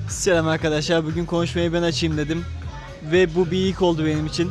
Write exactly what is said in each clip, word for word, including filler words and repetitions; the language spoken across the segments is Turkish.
Selam arkadaşlar. Bugün konuşmayı ben açayım dedim. Ve bu bir ilk oldu benim için.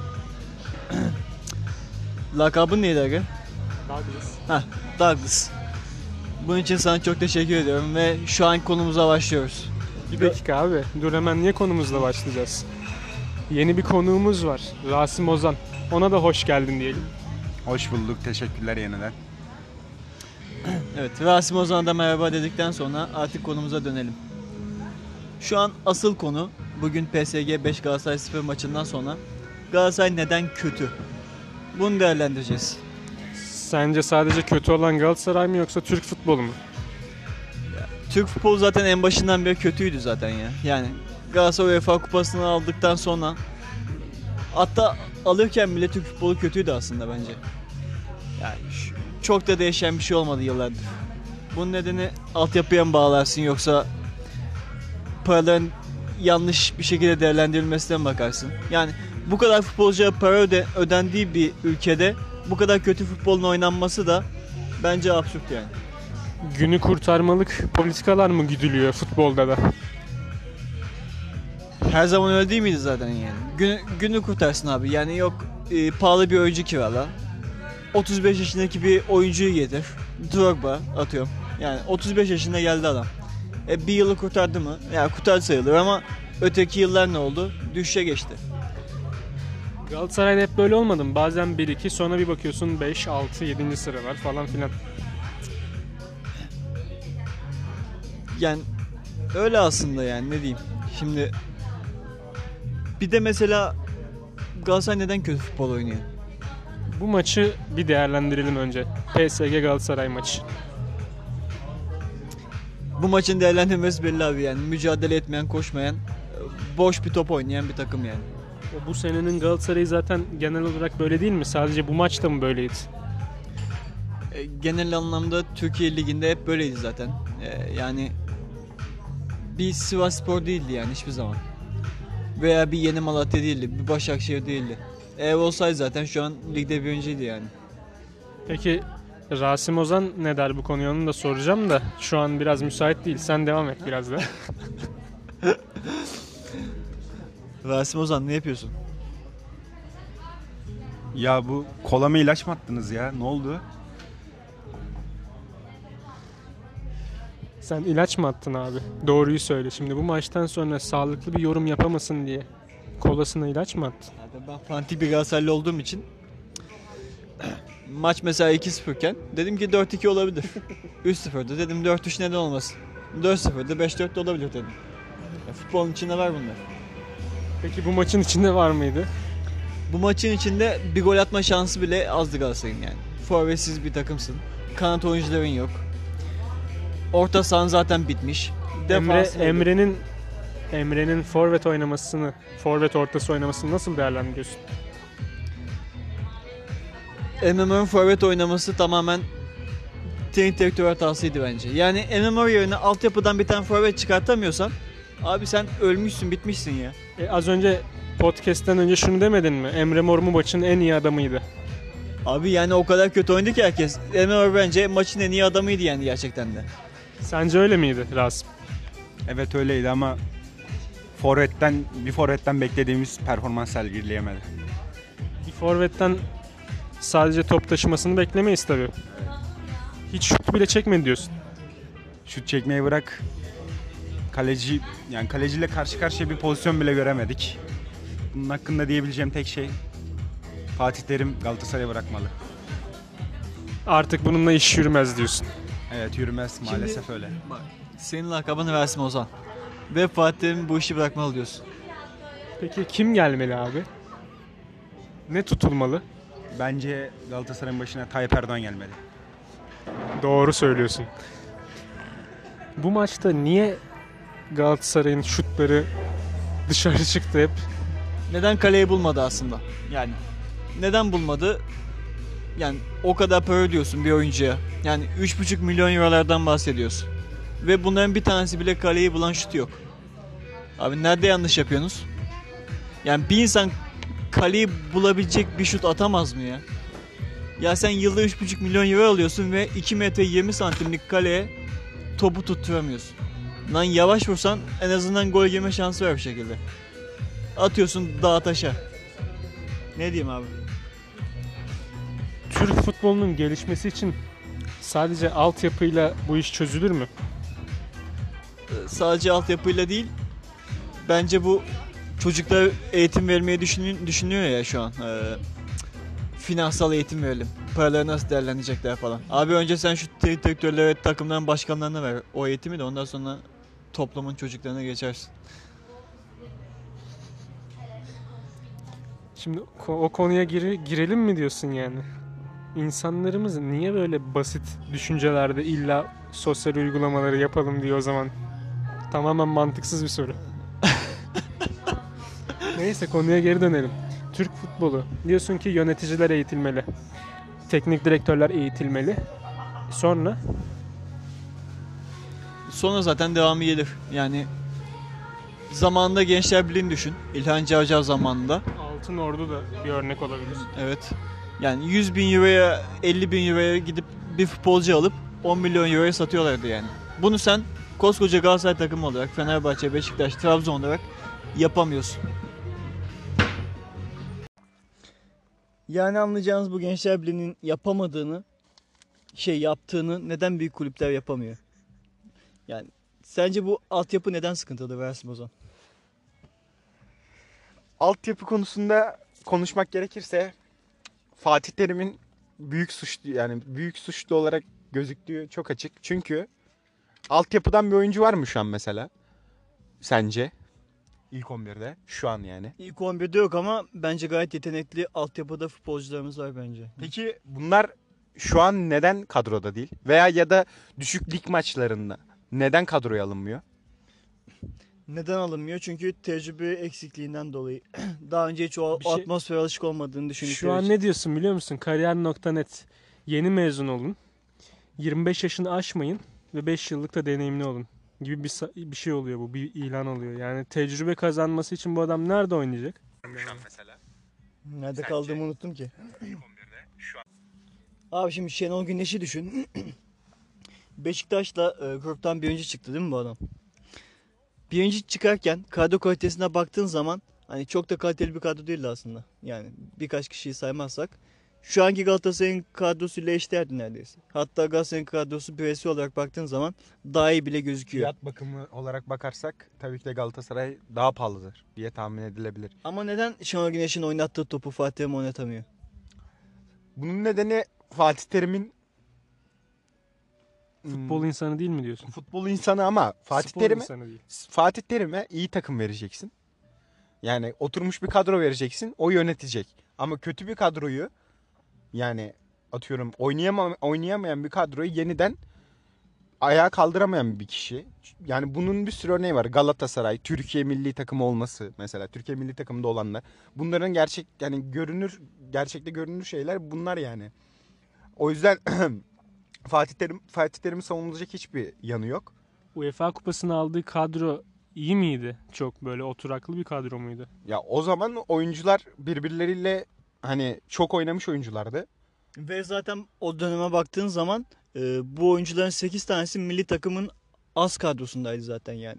Lakabın neydi aga? Douglas. Heh, Douglas. Bunun için sana çok teşekkür ediyorum ve şu an konumuza başlıyoruz. Bir dakika abi. Dur, hemen niye konumuzla başlayacağız? Yeni bir konuğumuz var. Rasim Ozan. Ona da hoş geldin diyelim. Hoş bulduk. Teşekkürler yeniden. Evet, Rasim Ozan'a da merhaba dedikten sonra artık konumuza dönelim. Şu an asıl konu bugün P S G beş Galatasaray sıfır maçından sonra Galatasaray neden kötü? Bunu değerlendireceğiz. Sence sadece kötü olan Galatasaray mı yoksa Türk futbolu mu? Türk futbolu zaten en başından beri kötüydü zaten ya. Yani Galatasaray UEFA Kupası'nı aldıktan sonra, hatta alırken bile Türk futbolu kötüydü aslında bence. Yani şu, çok da değişen bir şey olmadı yıllardır. Bunun nedeni altyapıya mı bağlarsın yoksa paraların yanlış bir şekilde değerlendirilmesine mi bakarsın? Yani bu kadar futbolcuya para öde, ödendiği bir ülkede bu kadar kötü futbolun oynanması da bence absürt yani. Günü kurtarmalık politikalar mı güdülüyor futbolda da? Her zaman öyle değil miydi zaten yani? Günü, günü kurtarsın abi. Yani yok e, pahalı bir oyuncu kirala. otuz beş yaşındaki bir oyuncuyu getir. Drogba atıyorum. Yani otuz beş yaşında geldi adam. E, bir yılı kurtardı mı? Yani kurtardı sayılır ama öteki yıllar ne oldu? Düşüşe geçti. Galatasaray'da hep böyle olmadı mı? Bazen bir iki, sonra bir bakıyorsun beş, altı, yedinci sıralar falan filan. Yani öyle aslında, yani ne diyeyim. Şimdi bir de mesela Galatasaray neden kötü futbol oynuyor? Bu maçı bir değerlendirelim önce. P S G Galatasaray maçı. Bu maçın değerlendirmesi belli abi yani. Mücadele etmeyen, koşmayan, boş bir top oynayan bir takım yani. Bu senenin Galatasaray'ı zaten genel olarak böyle değil mi? Sadece bu maçta mı böyleydi? E, genel anlamda Türkiye Ligi'nde hep böyleydi zaten. E, yani bir Sivasspor değildi yani hiçbir zaman. Veya bir Yeni Malatya değildi, bir Başakşehir değildi. Eğer olsaydı zaten şu an ligde bir önceydi yani. Peki Rasim Ozan ne der bu konuya, onu da soracağım da şu an biraz müsait değil. Sen devam et biraz da. Rasim Ozan ne yapıyorsun? Ya bu kola mı ilaç mı attınız ya? Ne oldu? Sen ilaç mı attın abi? Doğruyu söyle. Şimdi bu maçtan sonra sağlıklı bir yorum yapamasın diye kolasına ilaç mı attın? Yani ben fanatik bir Galatasaraylı olduğum için maç mesela iki sıfır iken dedim ki dört iki olabilir. üç sıfırda dedim dört üç neden olmasın. dört sıfırda beş dört de olabilir dedim. Ya, futbolun içinde var bunlar. Peki bu maçın içinde var mıydı? Bu maçın içinde bir gol atma şansı bile azdı Galatasaray'ın yani. Forvetsiz bir takımsın. Kanat oyuncuların yok. Orta sahan zaten bitmiş. Emre Defans Emre'nin Emre'nin forvet oynamasını, forvet ortası oynamasını nasıl değerlendiriyorsun? M M R'ın forvet oynaması tamamen teknik direktör hatasıydı bence. Yani M M R yerine altyapıdan bir tane forvet çıkartamıyorsan abi sen ölmüşsün, bitmişsin ya. E, az önce podcast'ten önce şunu demedin mi? Emre Mor mu maçın en iyi adamıydı? Abi yani o kadar kötü oynadı ki herkes. M M R bence maçın en iyi adamıydı yani gerçekten de. Sence öyle miydi Rasim? Evet öyleydi ama forvetten bir forvetten beklediğimiz performans sergileyemedi. Bir forvetten sadece top taşımasını beklemeyiz tabii. Hiç şut bile çekmedi diyorsun. Şut çekmeyi bırak. Kaleci yani kaleciyle karşı karşıya bir pozisyon bile göremedik. Bunun hakkında diyebileceğim tek şey Fatih Terim Galatasaray'a bırakmalı. Artık bununla iş yürümez diyorsun. Evet yürümez maalesef Şimdi, öyle. Bak, senin lakabını Rasim Ozan. Ve Fatih Terim bu işi bırakmalı diyorsun. Peki kim gelmeli abi? Ne tutulmalı? Bence Galatasaray'ın başına Tayyip Erdoğan gelmeli. Doğru söylüyorsun. Bu maçta niye Galatasaray'ın şutları dışarı çıktı hep? Neden kaleyi bulmadı aslında? Yani neden bulmadı? Yani o kadar para ödüyorsun bir oyuncuya. Yani üç buçuk milyon eurolardan bahsediyorsun. Ve bunların bir tanesi bile kaleyi bulan şut yok. Abi nerede yanlış yapıyorsunuz? Yani bir insan kaleyi bulabilecek bir şut atamaz mı ya? Ya sen yılda üç buçuk milyon euro alıyorsun ve iki metre yirmi santimlik kaleye topu tutturamıyorsun. Lan yavaş vursan en azından gol yeme şansı var bir şekilde. Atıyorsun dağa taşa. Ne diyeyim abi? Türk futbolunun gelişmesi için sadece altyapıyla bu iş çözülür mü? Ee, Sadece altyapıyla değil. Bence bu çocuklara eğitim vermeyi düşünü- düşünüyor ya şu an. Ee, finansal eğitim verelim. Paraları nasıl değerlendirecekler falan. Abi önce sen şu teknik direktörlere, takımların başkanlarına ver o eğitimi de ondan sonra toplumun çocuklarına geçersin. Şimdi ko- o konuya gire- girelim mi diyorsun yani? İnsanlarımız niye böyle basit düşüncelerde illa sosyal uygulamaları yapalım diyor o zaman? Tamamen mantıksız bir soru. Neyse konuya geri dönelim. Türk futbolu. Diyorsun ki yöneticiler eğitilmeli. Teknik direktörler eğitilmeli. Sonra Sonra zaten devamı gelir. Yani zamanında Gençler Birliği'ni düşün. İlhan Cavcav zamanında. Altın Ordu da bir örnek olabilir. Evet. Yani yüz bin euroya, elli bin euroya gidip bir futbolcu alıp on milyon euroya satıyorlardı yani. Bunu sen koskoca Galatasaray takımı olarak, Fenerbahçe, Beşiktaş, Trabzon olarak yapamıyorsun. Yani anlayacağınız bu Gençler Birliği'nin yapamadığını, şey yaptığını neden büyük kulüpler yapamıyor? Yani sence bu altyapı neden sıkıntılı Rasim Ozan? Altyapı konusunda konuşmak gerekirse Fatih Terim'in büyük suçlu yani büyük suçlu olarak gözüktüğü çok açık. Çünkü altyapıdan bir oyuncu var mı şu an mesela? Sence? İlk on birde şu an yani. İlk on birde yok ama bence gayet yetenekli altyapıda futbolcularımız var bence. Peki bunlar şu an neden kadroda değil? Veya ya da düşük lig maçlarında neden kadroya alınmıyor? Neden alınmıyor? Çünkü tecrübe eksikliğinden dolayı. Daha önce hiç o Bir şey- atmosfere alışık olmadığını düşündükleri Şu an için. ne diyorsun biliyor musun? Kariyer nokta net. Yeni mezun olun. yirmi beş yaşını aşmayın ve beş yıllık da deneyimli olun gibi bir, sa- bir şey oluyor bu. Bir ilan oluyor. Yani tecrübe kazanması için bu adam nerede oynayacak? Şu an mesela. Nerede Sence? kaldığımı unuttum ki. İlk on birde şu an. Abi şimdi Şenol Güneş'i düşün. Beşiktaş'la e, gruptan birinci çıktı değil mi bu adam? Birinci çıkarken kadro kalitesine baktığın zaman hani çok da kaliteli bir kadro değildi aslında. Yani birkaç kişiyi saymazsak. Şu anki Galatasaray'ın kadrosuyla eşdeğerdi neredeyse. Hatta Galatasaray'ın kadrosu bireysel olarak baktığın zaman daha iyi bile gözüküyor. Fiyat bakımı olarak bakarsak tabii ki de Galatasaray daha pahalıdır diye tahmin edilebilir. Ama neden Şenol Güneş'in oynattığı topu Fatih Terim oynatamıyor? Bunun nedeni Fatih Terim'in Futbol insanı değil mi diyorsun? futbol insanı ama Fatih Spor Terim'e insanı değil. Fatih Terim'e iyi takım vereceksin. Yani oturmuş bir kadro vereceksin, o yönetecek. Ama kötü bir kadroyu yani atıyorum oynayamam oynayamayan bir kadroyu yeniden ayağa kaldıramayan bir kişi. Yani bunun bir sürü örneği var. Galatasaray, Türkiye milli takımı olması mesela. Türkiye milli takımında olanlar. Bunların gerçek yani görünür gerçekte görünür şeyler bunlar yani. O yüzden Fatih Terim Fatih Terim'in savunulacak hiçbir yanı yok. UEFA kupasını aldığı kadro iyi miydi? Çok böyle oturaklı bir kadro muydu? Ya o zaman oyuncular birbirleriyle hani çok oynamış oyunculardı. Ve zaten o döneme baktığın zaman e, bu oyuncuların sekiz tanesi milli takımın az kadrosundaydı zaten yani.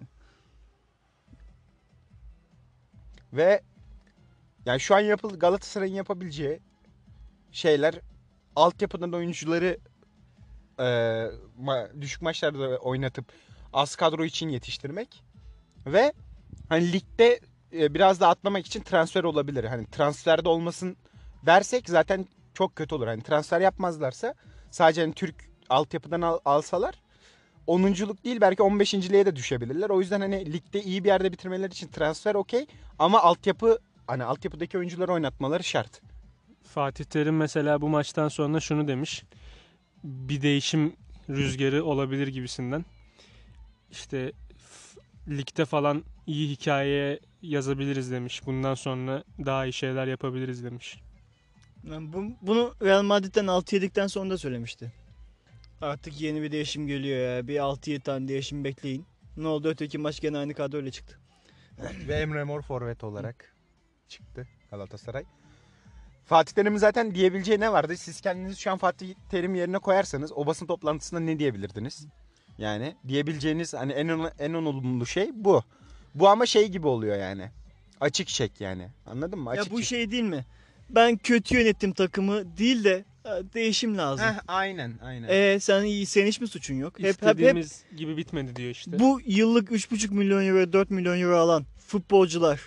Ve yani şu an yapıl Galatasaray'ın yapabileceği şeyler altyapıdan oyuncuları e, ma- düşük maçlarda oynatıp az kadro için yetiştirmek ve hani ligde e, biraz da atlamak için transfer olabilir. Hani transferde olmasın dersek zaten çok kötü olur. Hani transfer yapmazlarsa sadece hani Türk altyapıdan al- alsalar onunculuk değil belki on beşinciliğe de düşebilirler. O yüzden hani ligde iyi bir yerde bitirmeleri için transfer okey ama altyapı hani altyapıdaki oyuncuları oynatmaları şart. Fatih Terim mesela bu maçtan sonra şunu demiş. Bir değişim rüzgarı olabilir gibisinden. İşte f- ligde falan iyi hikaye yazabiliriz demiş. Bundan sonra daha iyi şeyler yapabiliriz demiş. Yani bu, bunu Real Madrid'den altı yedikten sonra da söylemişti. Artık yeni bir değişim geliyor ya. Bir altı yedi tane değişim bekleyin. Ne oldu? Öteki maç gene aynı kadroyla çıktı. Ve Emre Mor forvet olarak çıktı Galatasaray. Fatih Terim'in zaten diyebileceği ne vardı? Siz kendinizi şu an Fatih Terim yerine koyarsanız o basın toplantısında ne diyebilirdiniz? Yani diyebileceğiniz hani en en olumlu şey bu. Bu ama şey gibi oluyor yani. Açık çek yani. Anladın mı? Açık Ya bu çek. şey değil mi? Ben kötü yönettim takımı değil de e, değişim lazım. Heh, aynen aynen. E sen iyi, sen hiç mi suçun yok? Hep hep hep İstediğimiz gibi bitmedi diyor işte. bu yıllık üç buçuk milyon euro, dört milyon euro alan futbolcular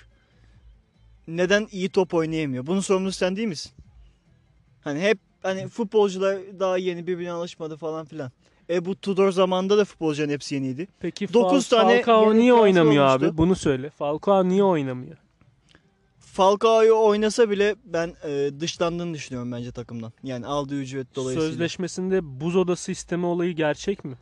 neden iyi top oynayamıyor? Bunun sorumlusu sen değil misin? Hani hep hani futbolcular daha yeni birbirine alışmadı falan filan. E bu Tudor zamanında da futbolcuların hepsi yeniydi. Peki dokuz Fal- tane Falcao yeni niye transfer oynamıyor olmuştu. abi? Bunu söyle. Falcao niye oynamıyor? Falcao'yu oynasa bile ben e, dışlandığını düşünüyorum bence takımdan. Yani aldığı ücret dolayısıyla. Sözleşmesinde buz odası isteme olayı gerçek mi?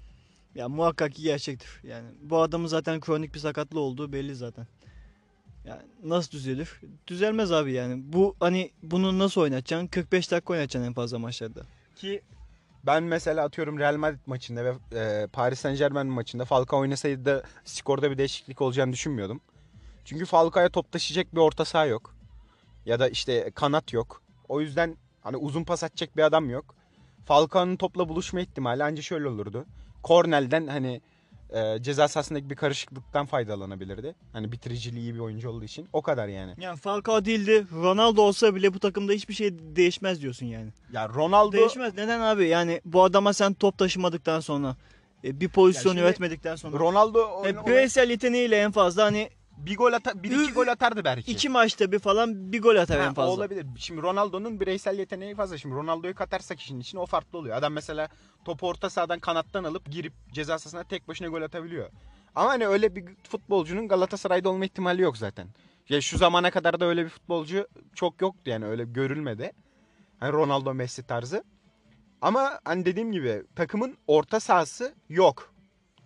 Ya muhakkak ki gerçektir. Yani bu adamın zaten kronik bir sakatlığı olduğu belli zaten. Yani nasıl düzelir? Düzelmez abi yani. Bu hani bunu nasıl oynatacaksın? kırk beş dakika oynatacaksın en fazla maçlarda. Ki ben mesela atıyorum Real Madrid maçında ve e, Paris Saint-Germain maçında Falcao oynasaydı da skorda bir değişiklik olacağını düşünmüyordum. Çünkü Falcao'ya top taşıyacak bir orta saha yok. Ya da işte kanat yok. O yüzden hani uzun pas atacak bir adam yok. Falcao'nun topla buluşma ihtimali ancak şöyle olurdu. Kornel'den hani e, ceza sahasındaki bir karışıklıktan faydalanabilirdi. Hani bitiriciliği iyi bir oyuncu olduğu için. O kadar yani. Yani Falcao değildi. Ronaldo olsa bile bu takımda hiçbir şey değişmez diyorsun yani. Ya Ronaldo Değişmez. Neden abi? Yani bu adama sen top taşımadıktan sonra e, bir pozisyon Ya şimdi yönetmedikten sonra Ronaldo e, oyna- bireysel yeteneğiyle en fazla hani bir gol atar, bir iki Ü- gol atardı belki. iki maçta bir falan bir gol atar Ha, en o fazla. olabilir. Şimdi Ronaldo'nun bireysel yeteneği fazla. Şimdi Ronaldo'yu katarsak işin içine o farklı oluyor. Adam mesela topu orta sahadan kanattan alıp girip ceza sahasına tek başına gol atabiliyor. Ama hani öyle bir futbolcunun Galatasaray'da olma ihtimali yok zaten. Ya şu zamana kadar da öyle bir futbolcu çok yoktu yani öyle görülmedi. Hani Ronaldo, Messi tarzı. Ama hani dediğim gibi takımın orta sahası yok.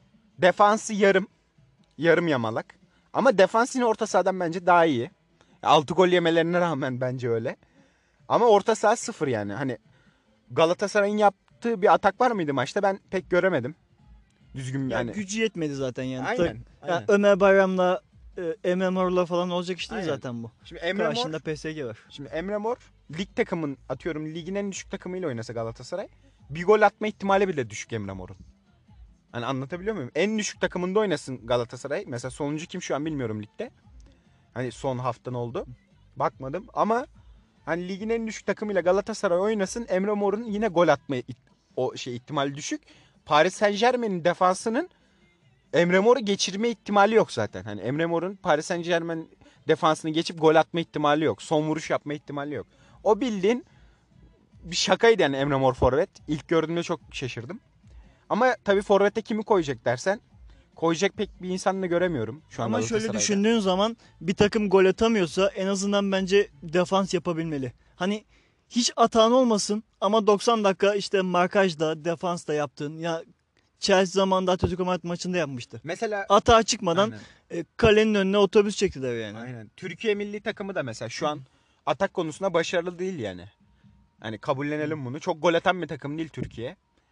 Defansı yarım. Yarım yamalak. Ama defans yine orta sahadan bence daha iyi. altı gol yemelerine rağmen bence öyle. Ama orta saha sıfır yani. Hani Galatasaray'ın yaptığı bir atak var mıydı maçta? Ben pek göremedim. Düzgün Ya yani. gücü yetmedi zaten yani. Aynen. Ta- ya aynen. Ömer Bayram'la e, Emre Mor'la falan olacak iş değil Aynen. zaten bu. Şimdi Emre Mor, Karşında P S G var. şimdi Emre Mor lig takımın atıyorum ligin en düşük takımıyla oynasa Galatasaray bir gol atma ihtimali bile düşük Emre Mor'un. Hani anlatabiliyor muyum? En düşük takımında oynasın Galatasaray. Mesela sonuncu kim şu an bilmiyorum ligde. Hani son haftan oldu. Bakmadım ama hani ligin en düşük takımıyla Galatasaray oynasın. Emre Mor'un yine gol atma it- o şey ihtimali düşük. Paris Saint-Germain'in defansının Emre Mor'u geçirme ihtimali yok zaten. Hani Emre Mor'un Paris Saint-Germain defansını geçip gol atma ihtimali yok. Son vuruş yapma ihtimali yok. O bildiğin bir şakaydı yani Emre Mor forvet. İlk gördüğümde çok şaşırdım. Ama tabii forvete kimi koyacak dersen koyacak pek bir insanı da göremiyorum şu an Ama şöyle Galatasaray'da. düşündüğün zaman bir takım gol atamıyorsa en azından bence defans yapabilmeli. Hani hiç atan olmasın ama doksan dakika işte markajda, defansta yaptın. Ya Chelsea zamanında Atletico Madrid maçında yapmıştı. Mesela Atağa çıkmadan aynen, e, kalenin önüne otobüs çektiler yani. aynen. Türkiye milli takımı da mesela şu an atak konusunda başarılı değil yani. Hani kabullenelim bunu. Çok gol atan bir takım değil Türkiye.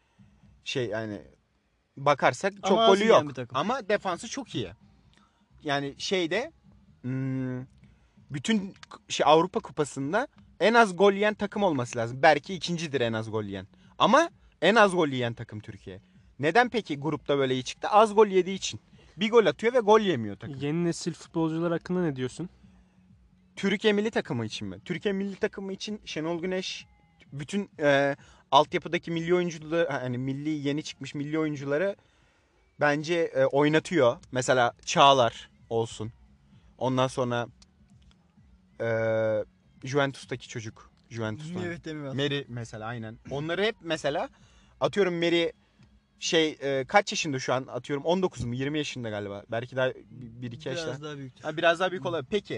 Şey yani bakarsak çok Ama az golü yiyen yok. bir takım. Ama defansı çok iyi. Yani şeyde hmm, bütün şey Avrupa Kupası'nda en az gol yiyen takım olması lazım. Belki ikincidir en az gol yiyen. Ama en az gol yiyen takım Türkiye. Neden peki grupta böyle iyi çıktı? Az gol yediği için. Bir gol atıyor ve gol yemiyor takım. Yeni nesil futbolcular hakkında ne diyorsun? Türkiye milli takımı için mi? Türkiye milli takımı için Şenol Güneş bütün e, altyapıdaki milli oyuncuları hani milli yeni çıkmış milli oyuncuları bence e, oynatıyor. Mesela Çağlar olsun. Ondan sonra e, Juventus'taki çocuk. Juventus'tan. Evet Demiral. Meri mesela aynen. Onları hep mesela atıyorum Meri şey e, kaç yaşında şu an atıyorum on dokuz mu yirmi yaşında galiba. Belki daha bir iki yaşta. Biraz daha büyük. Ha, biraz daha büyük olabilir. Peki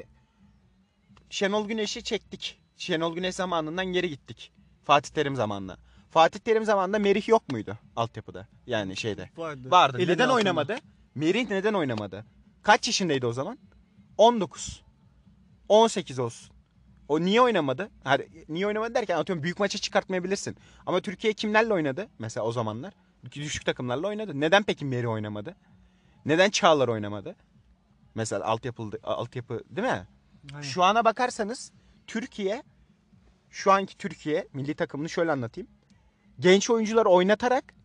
Şenol Güneş'i çektik. Şenol Güneş zamanından geri gittik. Fatih Terim zamanına. Fatih Terim zamanında Merih yok muydu altyapıda? Yani şeyde. Vardı. Vardı. Elinin neden altında. oynamadı? Merih neden oynamadı? Kaç yaşındaydı o zaman? on dokuz. on sekiz olsun. O niye oynamadı? Hani niye oynamadı derken atıyorum büyük maça çıkartmayabilirsin. Ama Türkiye kimlerle oynadı mesela o zamanlar? Düşük takımlarla oynadı. Neden peki Merih oynamadı? Neden Çağlar oynamadı? Mesela altyapı altyapı değil mi? Aynen. Şu ana bakarsanız Türkiye şu anki Türkiye milli takımını şöyle anlatayım. Genç oyuncuları oynatarak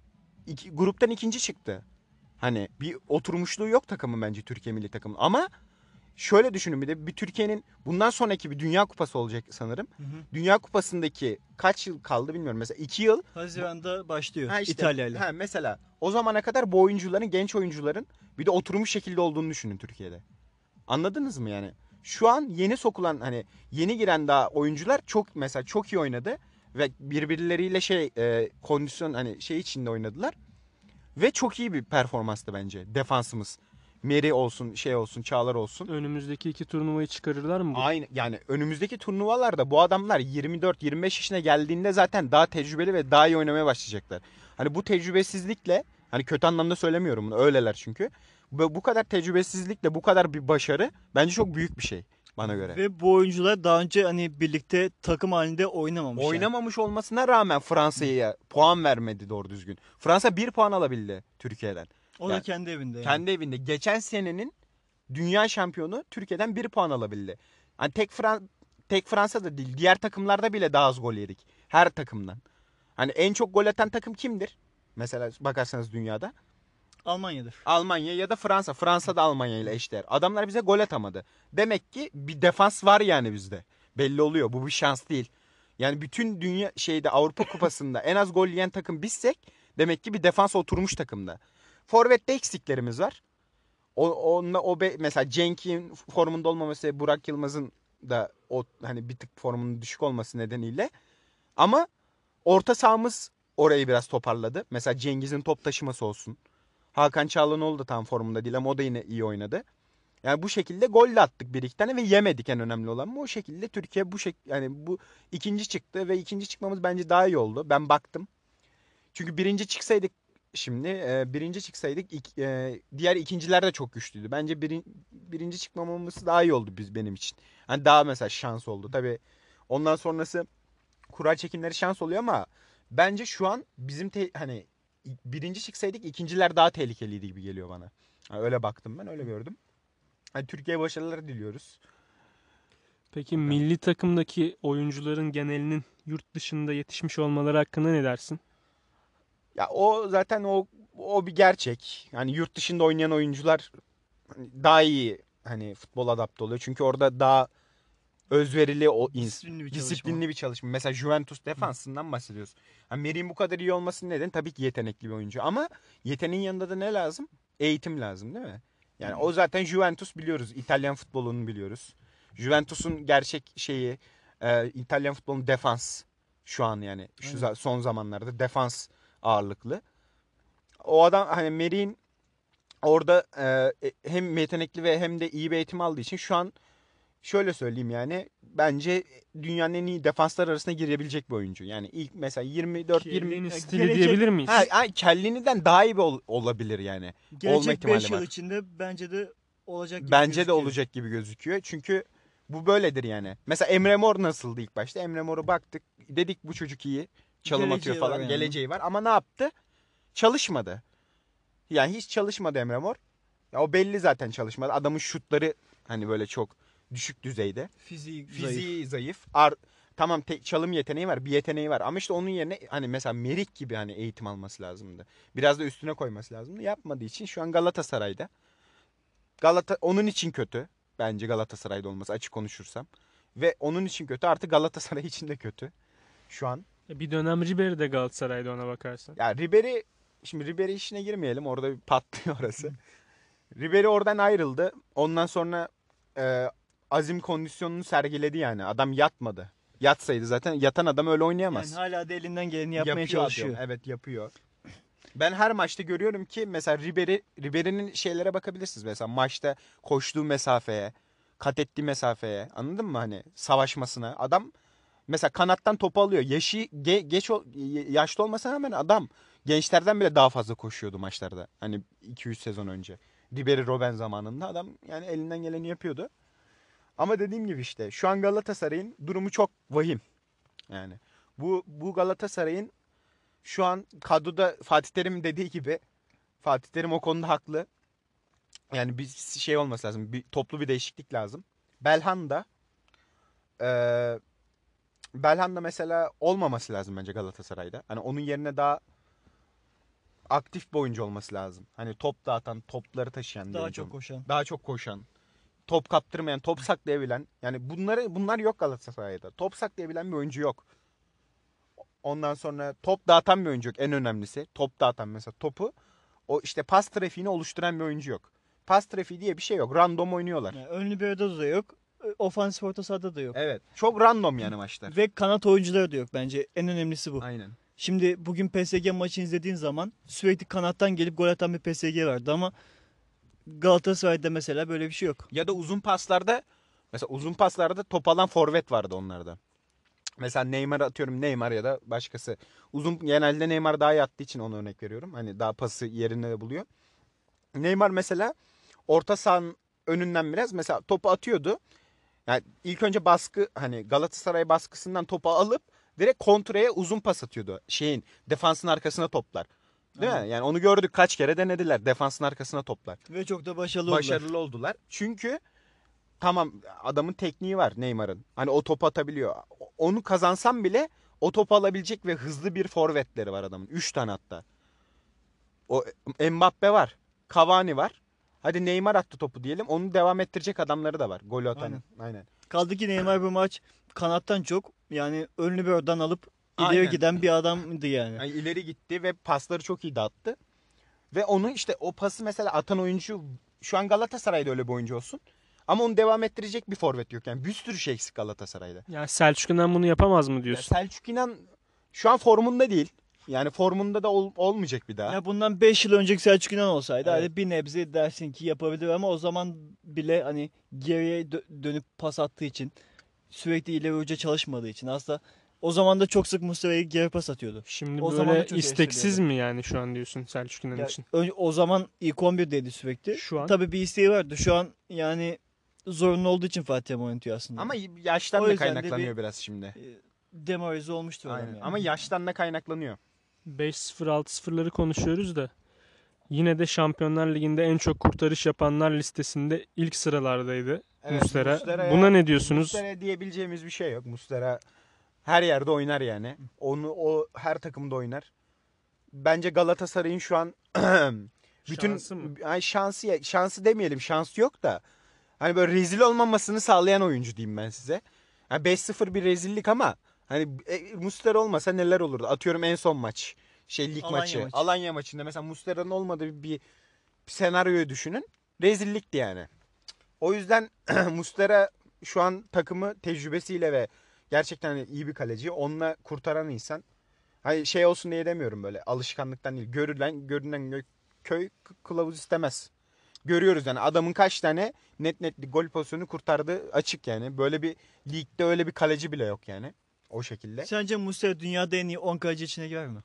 iki, gruptan ikinci çıktı. Hani bir oturmuşluğu yok takımın bence Türkiye milli takımın. Ama şöyle düşünün bir de bir Türkiye'nin bundan sonraki bir Dünya Kupası olacak sanırım. Hı hı. Dünya Kupası'ndaki kaç yıl kaldı bilmiyorum. Mesela iki yıl. Haziran'da başlıyor Ha işte, İtalya ile. Ha mesela o zamana kadar bu oyuncuların, genç oyuncuların bir de oturmuş şekilde olduğunu düşünün Türkiye'de. Anladınız mı yani? Şu an yeni sokulan hani yeni giren daha oyuncular çok mesela çok iyi oynadı ve birbirleriyle şey e, kondisyon hani şey içinde oynadılar ve çok iyi bir performanstı bence defansımız. Meri olsun, şey olsun, Çağlar olsun. Önümüzdeki iki turnuvayı çıkarırlar mı? Bu? Aynı yani önümüzdeki turnuvalarda bu adamlar yirmi dört yirmi beş yaşına geldiğinde zaten daha tecrübeli ve daha iyi oynamaya başlayacaklar. Hani bu tecrübesizlikle, hani kötü anlamda söylemiyorum bunu, öyleler çünkü. Bu, bu kadar tecrübesizlikle bu kadar bir başarı bence çok büyük bir şey bana göre. Ve bu oyuncular daha önce hani birlikte takım halinde oynamamış. yani. Oynamamış olmasına rağmen Fransa'ya puan vermedi doğru düzgün. Fransa bir puan alabildi Türkiye'den. O da Yani kendi evinde. yani. Kendi evinde. Geçen senenin dünya şampiyonu Türkiye'den bir puan alabildi. Hani tek Fran tek Fransa'da değil, diğer takımlarda bile daha az gol yedik. Her takımdan. Hani en çok gol atan takım kimdir? Mesela bakarsanız dünyada. Almanya'dır. Almanya ya da Fransa. Fransa da Almanya ile eşdeğer. Adamlar bize gol atamadı. Demek ki bir defans var yani bizde. Belli oluyor. Bu bir şans değil. Yani bütün dünya şeyde Avrupa Kupası'nda en az gol yiyen takım bizsek demek ki bir defans oturmuş takımda. Forvet'te eksiklerimiz var. O onunla o be, mesela Cenk'in formunda olmaması, Burak Yılmaz'ın da o hani bir tık formunun düşük olması nedeniyle. Ama orta sahamız orayı biraz toparladı. Mesela Cengiz'in top taşıması olsun. Hakan Çalhanoğlu da tam formunda değil ama o da yine iyi oynadı. Yani bu şekilde gol de attık bir iki tane ve yemedik, en önemli olan. Bu o şekilde Türkiye bu şek yani bu ikinci çıktı ve ikinci çıkmamız bence daha iyi oldu. Ben baktım. Çünkü birinci çıksaydık şimdi e, birinci çıksaydık ik, e, diğer ikinciler de çok güçlüydü. Bence birin, birinci çıkmamamız daha iyi oldu biz benim için. Hani daha mesela şans oldu. Tabii ondan sonrası kura çekimleri şans oluyor ama bence şu an bizim te- hani birinci çıksaydık ikinciler daha tehlikeliydi gibi geliyor bana. Yani öyle baktım, ben öyle gördüm. Hani Türkiye'ye başarılar diliyoruz. Peki milli takımdaki oyuncuların genelinin yurt dışında yetişmiş olmaları hakkında ne dersin? Ya o zaten o o bir gerçek. Yani yurt dışında oynayan oyuncular hani daha iyi hani futbol adapte oluyor. Çünkü orada daha özverili o ins- Disiplinli bir çalışma. disiplinli bir çalışma. Mesela Juventus defansından bahsediyoruz. Yani Merih'in bu kadar iyi olmasının nedeni tabii ki yetenekli bir oyuncu ama yeteneğin yanında da ne lazım? Eğitim lazım, değil mi? Yani o zaten Juventus biliyoruz. İtalyan futbolunu biliyoruz. Juventus'un gerçek şeyi e, İtalyan futbolunun defans şu an yani şu za- son zamanlarda defans ağırlıklı. O adam hani Merih'in orada e, hem yetenekli ve hem de iyi bir eğitim aldığı için şu an şöyle söyleyeyim yani bence dünyanın en iyi defanslar arasına girebilecek bir oyuncu. Yani ilk mesela yirmi dört yirmi Chiellini yani stili gelecek- diyebilir miyiz? Ha, ha Kellini'den daha iyi bir ol- olabilir yani. Olma Gelecek ihtimali beş yıl var. içinde bence de olacak gibi Bence de gözüküyor. olacak gibi gözüküyor. Çünkü bu böyledir yani. Mesela Emre Mor nasıldı ilk başta? Emre Mor'u baktık. Dedik bu çocuk iyi. Çalım Geleceği atıyor var falan. yani. Geleceği var. Ama ne yaptı? Çalışmadı. Yani hiç çalışmadı Emre Mor. Ya o belli zaten çalışmadı. Adamın şutları hani böyle çok düşük düzeyde. Fiziği, zayıf. Fiziği zayıf. Ar tamam te- çalım yeteneği var, bir yeteneği var. Ama işte onun yerine hani mesela Merih gibi hani eğitim alması lazımdı. Biraz da üstüne koyması lazımdı. Yapmadığı için şu an Galatasaray'da. Galata onun için kötü. Bence Galatasaray'da olması, açık konuşursam. Ve onun için kötü, artı Galatasaray için de kötü. Şu an. Bir dönem Ribery de Galatasaray'da ona bakarsan. Ya Ribery, şimdi Ribery işine girmeyelim. Orada bir patlıyor orası. Ribery oradan ayrıldı. Ondan sonra e, azim kondisyonunu sergiledi yani. Adam yatmadı. Yatsaydı zaten yatan adam öyle oynayamaz. Yani hala da elinden geleni yapmaya Yapıyor çalışıyor. adam, evet yapıyor. Ben her maçta görüyorum ki mesela Ribery, Ribery'nin şeylere bakabilirsiniz. Mesela maçta koştuğu mesafeye, kat ettiği mesafeye, anladın mı hani savaşmasına. Adam mesela kanattan topu alıyor. Yaşı ge- geç ol- yaşlı olmasına rağmen adam gençlerden bile daha fazla koşuyordu maçlarda. Hani iki üç sezon önce. Ribery Robben zamanında adam yani elinden geleni yapıyordu. Ama dediğim gibi işte şu an Galatasaray'ın durumu çok vahim. Yani bu bu Galatasaray'ın şu an kadroda Fatih Terim dediği gibi, Fatih Terim o konuda haklı. Yani bir şey olması lazım. Bir toplu bir değişiklik lazım. Belhanda eee Belhanda mesela olmaması lazım bence Galatasaray'da. Hani onun yerine daha aktif bir oyuncu olması lazım. Hani top dağıtan, topları taşıyan bir Daha oyuncu. çok koşan. Daha çok koşan. Top kaptırmayan, top saklayabilen. Yani bunları bunlar yok Galatasaray'da. Top saklayabilen bir oyuncu yok. Ondan sonra top dağıtan bir oyuncu yok. En önemlisi top dağıtan, mesela topu o işte pas trafiğini oluşturan bir oyuncu yok. Pas trafiği diye bir şey yok. Random oynuyorlar. Yani önlü bir arada da yok. Ofansif orta sahada da yok. Evet. Çok random yani maçlar. Ve kanat oyuncuları da yok bence. En önemlisi bu. Aynen. Şimdi bugün P S G maçını izlediğin zaman sürekli kanattan gelip gol atan bir P S G vardı ama Galatasaray'da mesela böyle bir şey yok. Ya da uzun paslarda, mesela uzun paslarda top alan forvet vardı onlarda. Mesela Neymar, atıyorum Neymar ya da başkası. Uzun, genelde Neymar daha iyi attığı için ona örnek veriyorum. Hani daha pası yerinde de buluyor. Neymar mesela orta sahanın önünden biraz mesela topu atıyordu. Yani ilk önce baskı, hani Galatasaray baskısından topu alıp direkt kontraya uzun pas atıyordu. Şeyin, defansın arkasına toplar. Değil Aynen. mi? Yani onu gördük, kaç kere denediler. Defansın arkasına toplar. Ve çok da başarılı oldular. Başarılı oldular. Çünkü tamam, adamın tekniği var Neymar'ın. Hani o topu atabiliyor. Onu kazansam bile o topu alabilecek ve hızlı bir forvetleri var adamın. Üç tane hatta. O Mbappe var. Cavani var. Hadi Neymar attı topu diyelim. Onu devam ettirecek adamları da var. Golü atan. Aynen. Aynen. Kaldı ki Neymar bu maç kanattan çok yani önlü bir oradan alıp ileri Aynen. giden bir adamdı yani. Yani ileri gitti ve pasları çok iyi dağıttı. Ve onu işte o pası mesela atan oyuncu, şu an Galatasaray'da öyle bir oyuncu olsun. Ama onu devam ettirecek bir forvet yok. Yani bir sürü şey eksik Galatasaray'da. Ya Selçuk İnan bunu yapamaz mı Ya diyorsun? Selçuk İnan şu an formunda değil. Yani formunda da ol- olmayacak bir daha. Ya bundan beş yıl önceki Selçuk İnan olsaydı Evet. hadi bir nebze dersin ki yapabilir ama o zaman bile hani geriye dö- dönüp pas attığı için sürekli ileri uca çalışmadığı için aslında o zaman da çok sık Muslera'ya geri pas atıyordu. Şimdi O zaman da böyle çok isteksiz eleştiriliyordu. mi yani şu an diyorsun Selçuk İnan Ya, için? ön- o zaman ilk on birdeydi sürekli. Şu an? Tabii bir isteği vardı. Şu an yani zorunlu olduğu için Fatih Terim oynatıyor aslında. Ama yaştan O da yüzden de kaynaklanıyor bir- biraz şimdi. E, demoralize olmuştur adam Aynen. yani. Ama yaştan da kaynaklanıyor. beş sıfır altı sıfırları konuşuyoruz da yine de Şampiyonlar Ligi'nde en çok kurtarış yapanlar listesinde ilk sıralardaydı Muslera. Muslera'ya- Buna ne diyorsunuz? Muslera diyebileceğimiz bir şey yok. Muslera her yerde oynar yani. Onu o her takımda oynar. Bence Galatasaray'ın şu an bütün Şansı mı? Ay, şansı ya- şansı demeyelim, şansı yok da hani böyle rezil olmamasını sağlayan oyuncu diyeyim ben size. Yani beş sıfır bir rezillik ama hani e, Muslera olmasa neler olurdu? Atıyorum en son maç. Şey lig Alanya maçı. maçı. Alanya maçında mesela Muslera'nın olmadığı bir, bir senaryoyu düşünün. Rezillikti yani. O yüzden Muslera şu an takımı tecrübesiyle ve gerçekten hani iyi bir kaleci. Onunla kurtaran insan. Hani şey olsun diye demiyorum, böyle alışkanlıktan değil. Görülen, görünen gö- köy k- kılavuz istemez. Görüyoruz yani adamın kaç tane net net gol pozisyonu kurtardığı açık yani. Böyle bir ligde öyle bir kaleci bile yok yani. O şekilde. Sence Muslera dünyada en iyi on kaleci içine girer mi?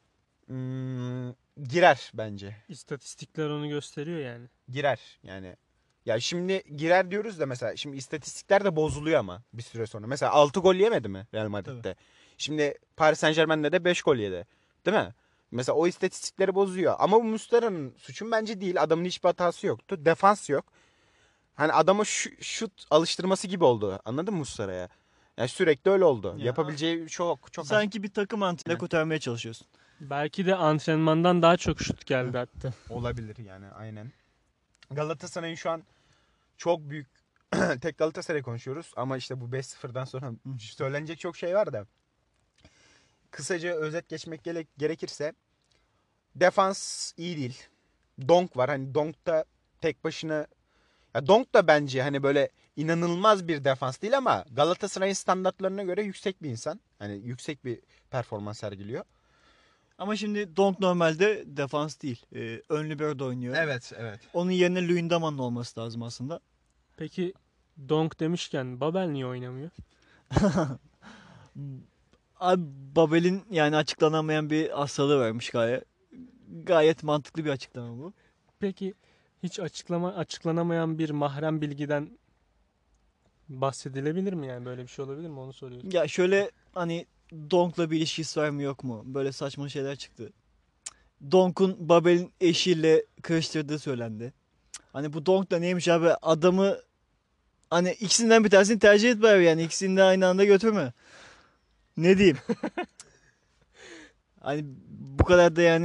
Hmm, girer bence. İstatistikler onu gösteriyor yani. Girer yani. Ya şimdi girer diyoruz da mesela şimdi istatistikler de bozuluyor ama bir süre sonra. Mesela altı gol yemedi mi Real Madrid'de? Şimdi Paris Saint-Germain'de de beş gol yedi. Değil mi? Mesela o istatistikleri bozuyor. Ama bu Muslera'nın suçun bence değil. Adamın hiçbir hatası yoktu. Defans yok. Hani adama şu- şut alıştırması gibi oldu. Anladın mı Muslera'ya? Yani sürekli öyle oldu. Ya. Yapabileceği çok çok az. Sanki bir takım antrenörü kurtarmaya çalışıyorsun. Belki de antrenmandan daha çok şut geldi hatta. Olabilir yani, aynen. Galatasaray'ın şu an çok büyük, tek Galatasaray konuşuyoruz ama işte bu beş sıfırdan sonra söylenecek çok şey var da. Kısaca özet geçmek gere- gerekirse defans iyi değil. Donk var. Hani Donk da tek başına, ya Donk da bence hani böyle inanılmaz bir defans değil ama Galatasaray'ın standartlarına göre yüksek bir insan. Hani yüksek bir performans sergiliyor. Ama şimdi Donk normalde defans değil. Ee, ön libero'da oynuyor. Evet, evet. Onun yerine Luyendama'nın olması lazım aslında. Peki Donk demişken Babel niye oynamıyor? Abi Babel'in yani açıklanamayan bir hastalığı varmış gayet. Gayet mantıklı bir açıklama bu. Peki hiç açıklama açıklanamayan bir mahrem bilgiden bahsedilebilir mi yani, böyle bir şey olabilir mi, onu soruyorum. Ya şöyle hani Donk'la bir ilişkisi var mı yok mu? Böyle saçma şeyler çıktı. Donk'un Babel'in eşiyle karıştırdığı söylendi. Hani bu Donk da neymiş abi, adamı hani ikisinden bir tanesini tercih et bari, yani ikisini de aynı anda götürme. Ne diyeyim? Hani bu kadar da yani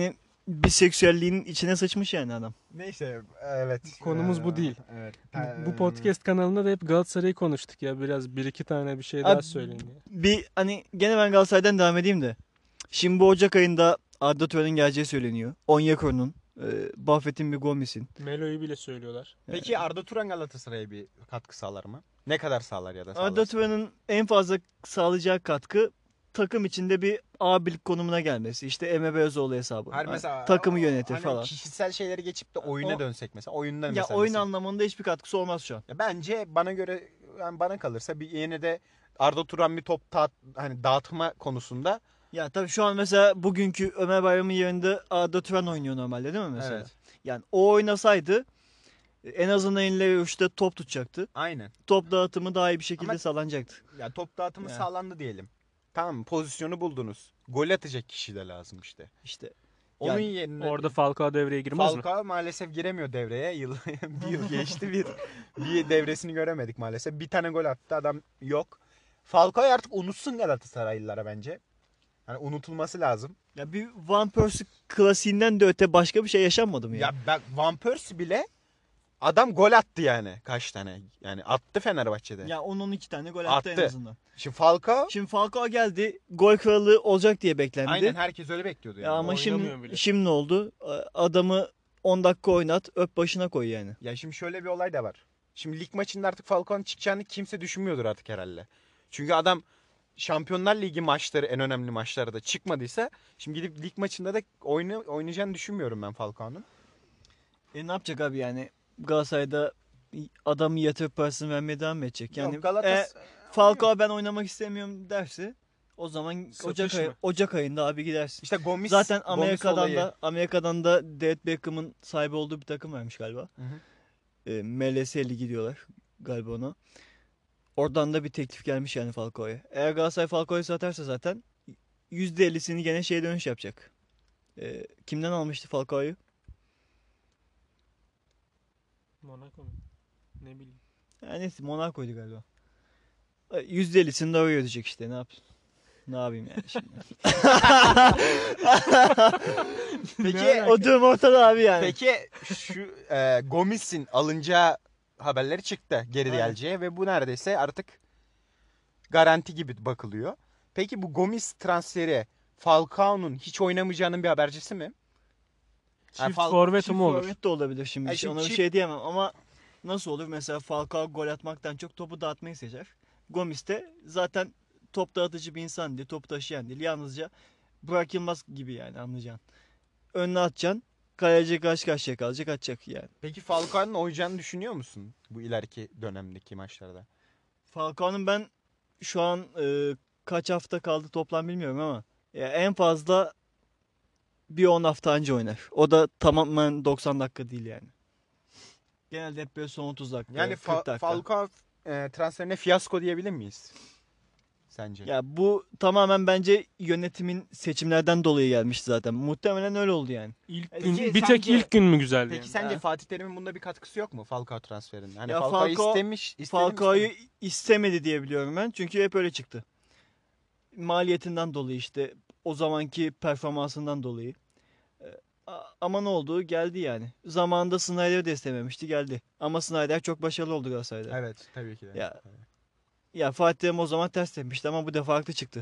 biseksüelliğin içine sıçmış yani adam. Neyse evet. Konumuz bu değil. Evet. Bu podcast kanalında da hep Galatasaray'ı konuştuk ya. Biraz bir iki tane bir şey daha Abi, söyleyin ya. Bir hani gene ben Galatasaray'dan devam edeyim de. Şimdi bu Ocak ayında Arda Turan'ın geleceği söyleniyor. Onyekuru'nun, e, Buffett'in bir Gomis'in. Melo'yu bile söylüyorlar. Peki Arda Turan Galatasaray'a bir katkı sağlar mı? Ne kadar sağlar ya da sağlar? Arda Turan'ın en fazla sağlayacağı katkı takım içinde bir abilik konumuna gelmesi. İşte Emre Belözoğlu hesabı. Hayır, Hani mesela takımı yönetir hani falan. kişisel şeyleri geçip de oyuna O- dönsek mesela. Oyundan Ya mesela. oyun mesela. anlamında hiçbir katkısı olmaz şu an. Ya bence bana göre yani bana kalırsa bir yine de Arda Turan bir top ta, hani dağıtma konusunda Ya tabii şu an mesela bugünkü Ömer Bayram'ın yerinde Arda Turan oynuyor normalde değil mi mesela? Evet. Yani o oynasaydı en azından eline üçte top tutacaktı. aynen. Top dağıtımı daha iyi bir şekilde Ama- sağlanacaktı. Ya top dağıtımı Ya. sağlandı diyelim. Tamam mı? Pozisyonu buldunuz. Gol atacak kişi de lazım işte. İşte Onun Yani yerine Orada Falcao devreye girmez mi? Falcao maalesef giremiyor devreye. Yıl bir yıl geçti bir bir devresini göremedik maalesef. Bir tane gol attı adam yok. Falcao'yu artık unutsun Galatasaraylılara bence. Hani unutulması lazım. ya bir Van Persie klasiğinden de öte başka bir şey yaşanmadı mı ya? Ya bak Van Persie bile adam gol attı yani kaç tane. Yani attı Fenerbahçe'de. Ya onun iki tane gol attı, Attı. en azından. Şimdi Falcao Şimdi Falcao geldi. Gol kralı olacak diye beklendi. aynen herkes öyle bekliyordu yani. Ya ama Oynamıyor şimdi bile. şimdi ne oldu? Adamı on dakika oynat, öp başına koy yani. Ya şimdi şöyle bir olay da var. Şimdi lig maçında artık Falcao'nun çıkacağını kimse düşünmüyordur artık herhalde. Çünkü adam Şampiyonlar Ligi maçları en önemli maçlarda da çıkmadıysa şimdi gidip lig maçında da oyna, oynayacağını düşünmüyorum ben Falcao'nun. E ne yapacak abi yani? Galatasaray'da adamı yatırıp parasını vermeye devam edecek. Yani Yok, Galatas e, Falcao ben oynamak istemiyorum derse o zaman Satış Ocak, ayı, mı? Ocak ayında abi gidersin. işte Gomis Zaten Gomis Amerika'dan olayı. da Amerika'dan da David Beckham'ın sahibi olduğu bir takım vermiş galiba. Hı hı. E, M L S Ligi diyorlar galiba ona. Oradan da bir teklif gelmiş yani Falcao'ya. Eğer Galatasaray Falcao'yu satarsa zaten yüzde ellisini gene şeye dönüş yapacak. E, kimden almıştı Falcao'yu? Monaco mu? Ne bileyim. Yani neyse Monaco'ydu galiba. E, yüzde ellisini de oraya ödeyecek işte ne yapayım. Ne yapayım yani şimdi. Peki O durum ortada abi yani. peki şu e, Gomis'in alınacağı haberleri çıktı geri Aynen. geleceği ve bu neredeyse artık garanti gibi bakılıyor. Peki bu Gomis transferi Falcao'nun hiç oynamayacağının bir habercisi mi? Yani Çift Fal- forvet Çift mi olur? forvet de olabilir şimdi. Ay Şey- şimdi Ona bir çift- şey diyemem ama nasıl olur? Mesela Falcao gol atmaktan çok topu dağıtmayı seçer. Gomis de zaten top dağıtıcı bir insan değil, topu taşıyan değil. Yalnızca Burak Yılmaz gibi yani anlayacaksın. Önüne atacaksın, kaleci karşı karşıya kalacak, atacak yani. Peki Falcao'nun oynayacağını düşünüyor musun bu ileriki dönemdeki maçlarda? Falcao'nun ben şu an e, kaç hafta kaldı toplam bilmiyorum ama ya en fazla bir on hafta önce oynar. O da tamamen doksan dakika değil yani. Genelde hep böyle son otuz dakika, Yani kırk Fa- dakika. Falcao e, transferine fiyasko diyebilir miyiz? Sence? Ya bu tamamen bence yönetimin seçimlerden dolayı gelmişti zaten. Muhtemelen öyle oldu yani. İlk Peki gün, bir tek sence- ilk gün mü güzeldi? Peki yani? sence Ha. Fatih Terim'in bunda bir katkısı yok mu Falcao transferinde? Hani Ya Falcao'yu Falcao- istemiş, istedim Falcao'yu istedim. istemedi diye biliyorum ben. Çünkü hep öyle çıktı. Maliyetinden dolayı işte o zamanki performansından dolayı. Ee, a- Ama ne oldu? Geldi yani. Zamanında Snyder'i de istememişti, geldi. Ama Snyder çok başarılı oldu Galatasaray'da. Evet, tabii ki de. Ya- Ya Fatih Terim o zaman ters demişti ama bu defa haklı çıktı.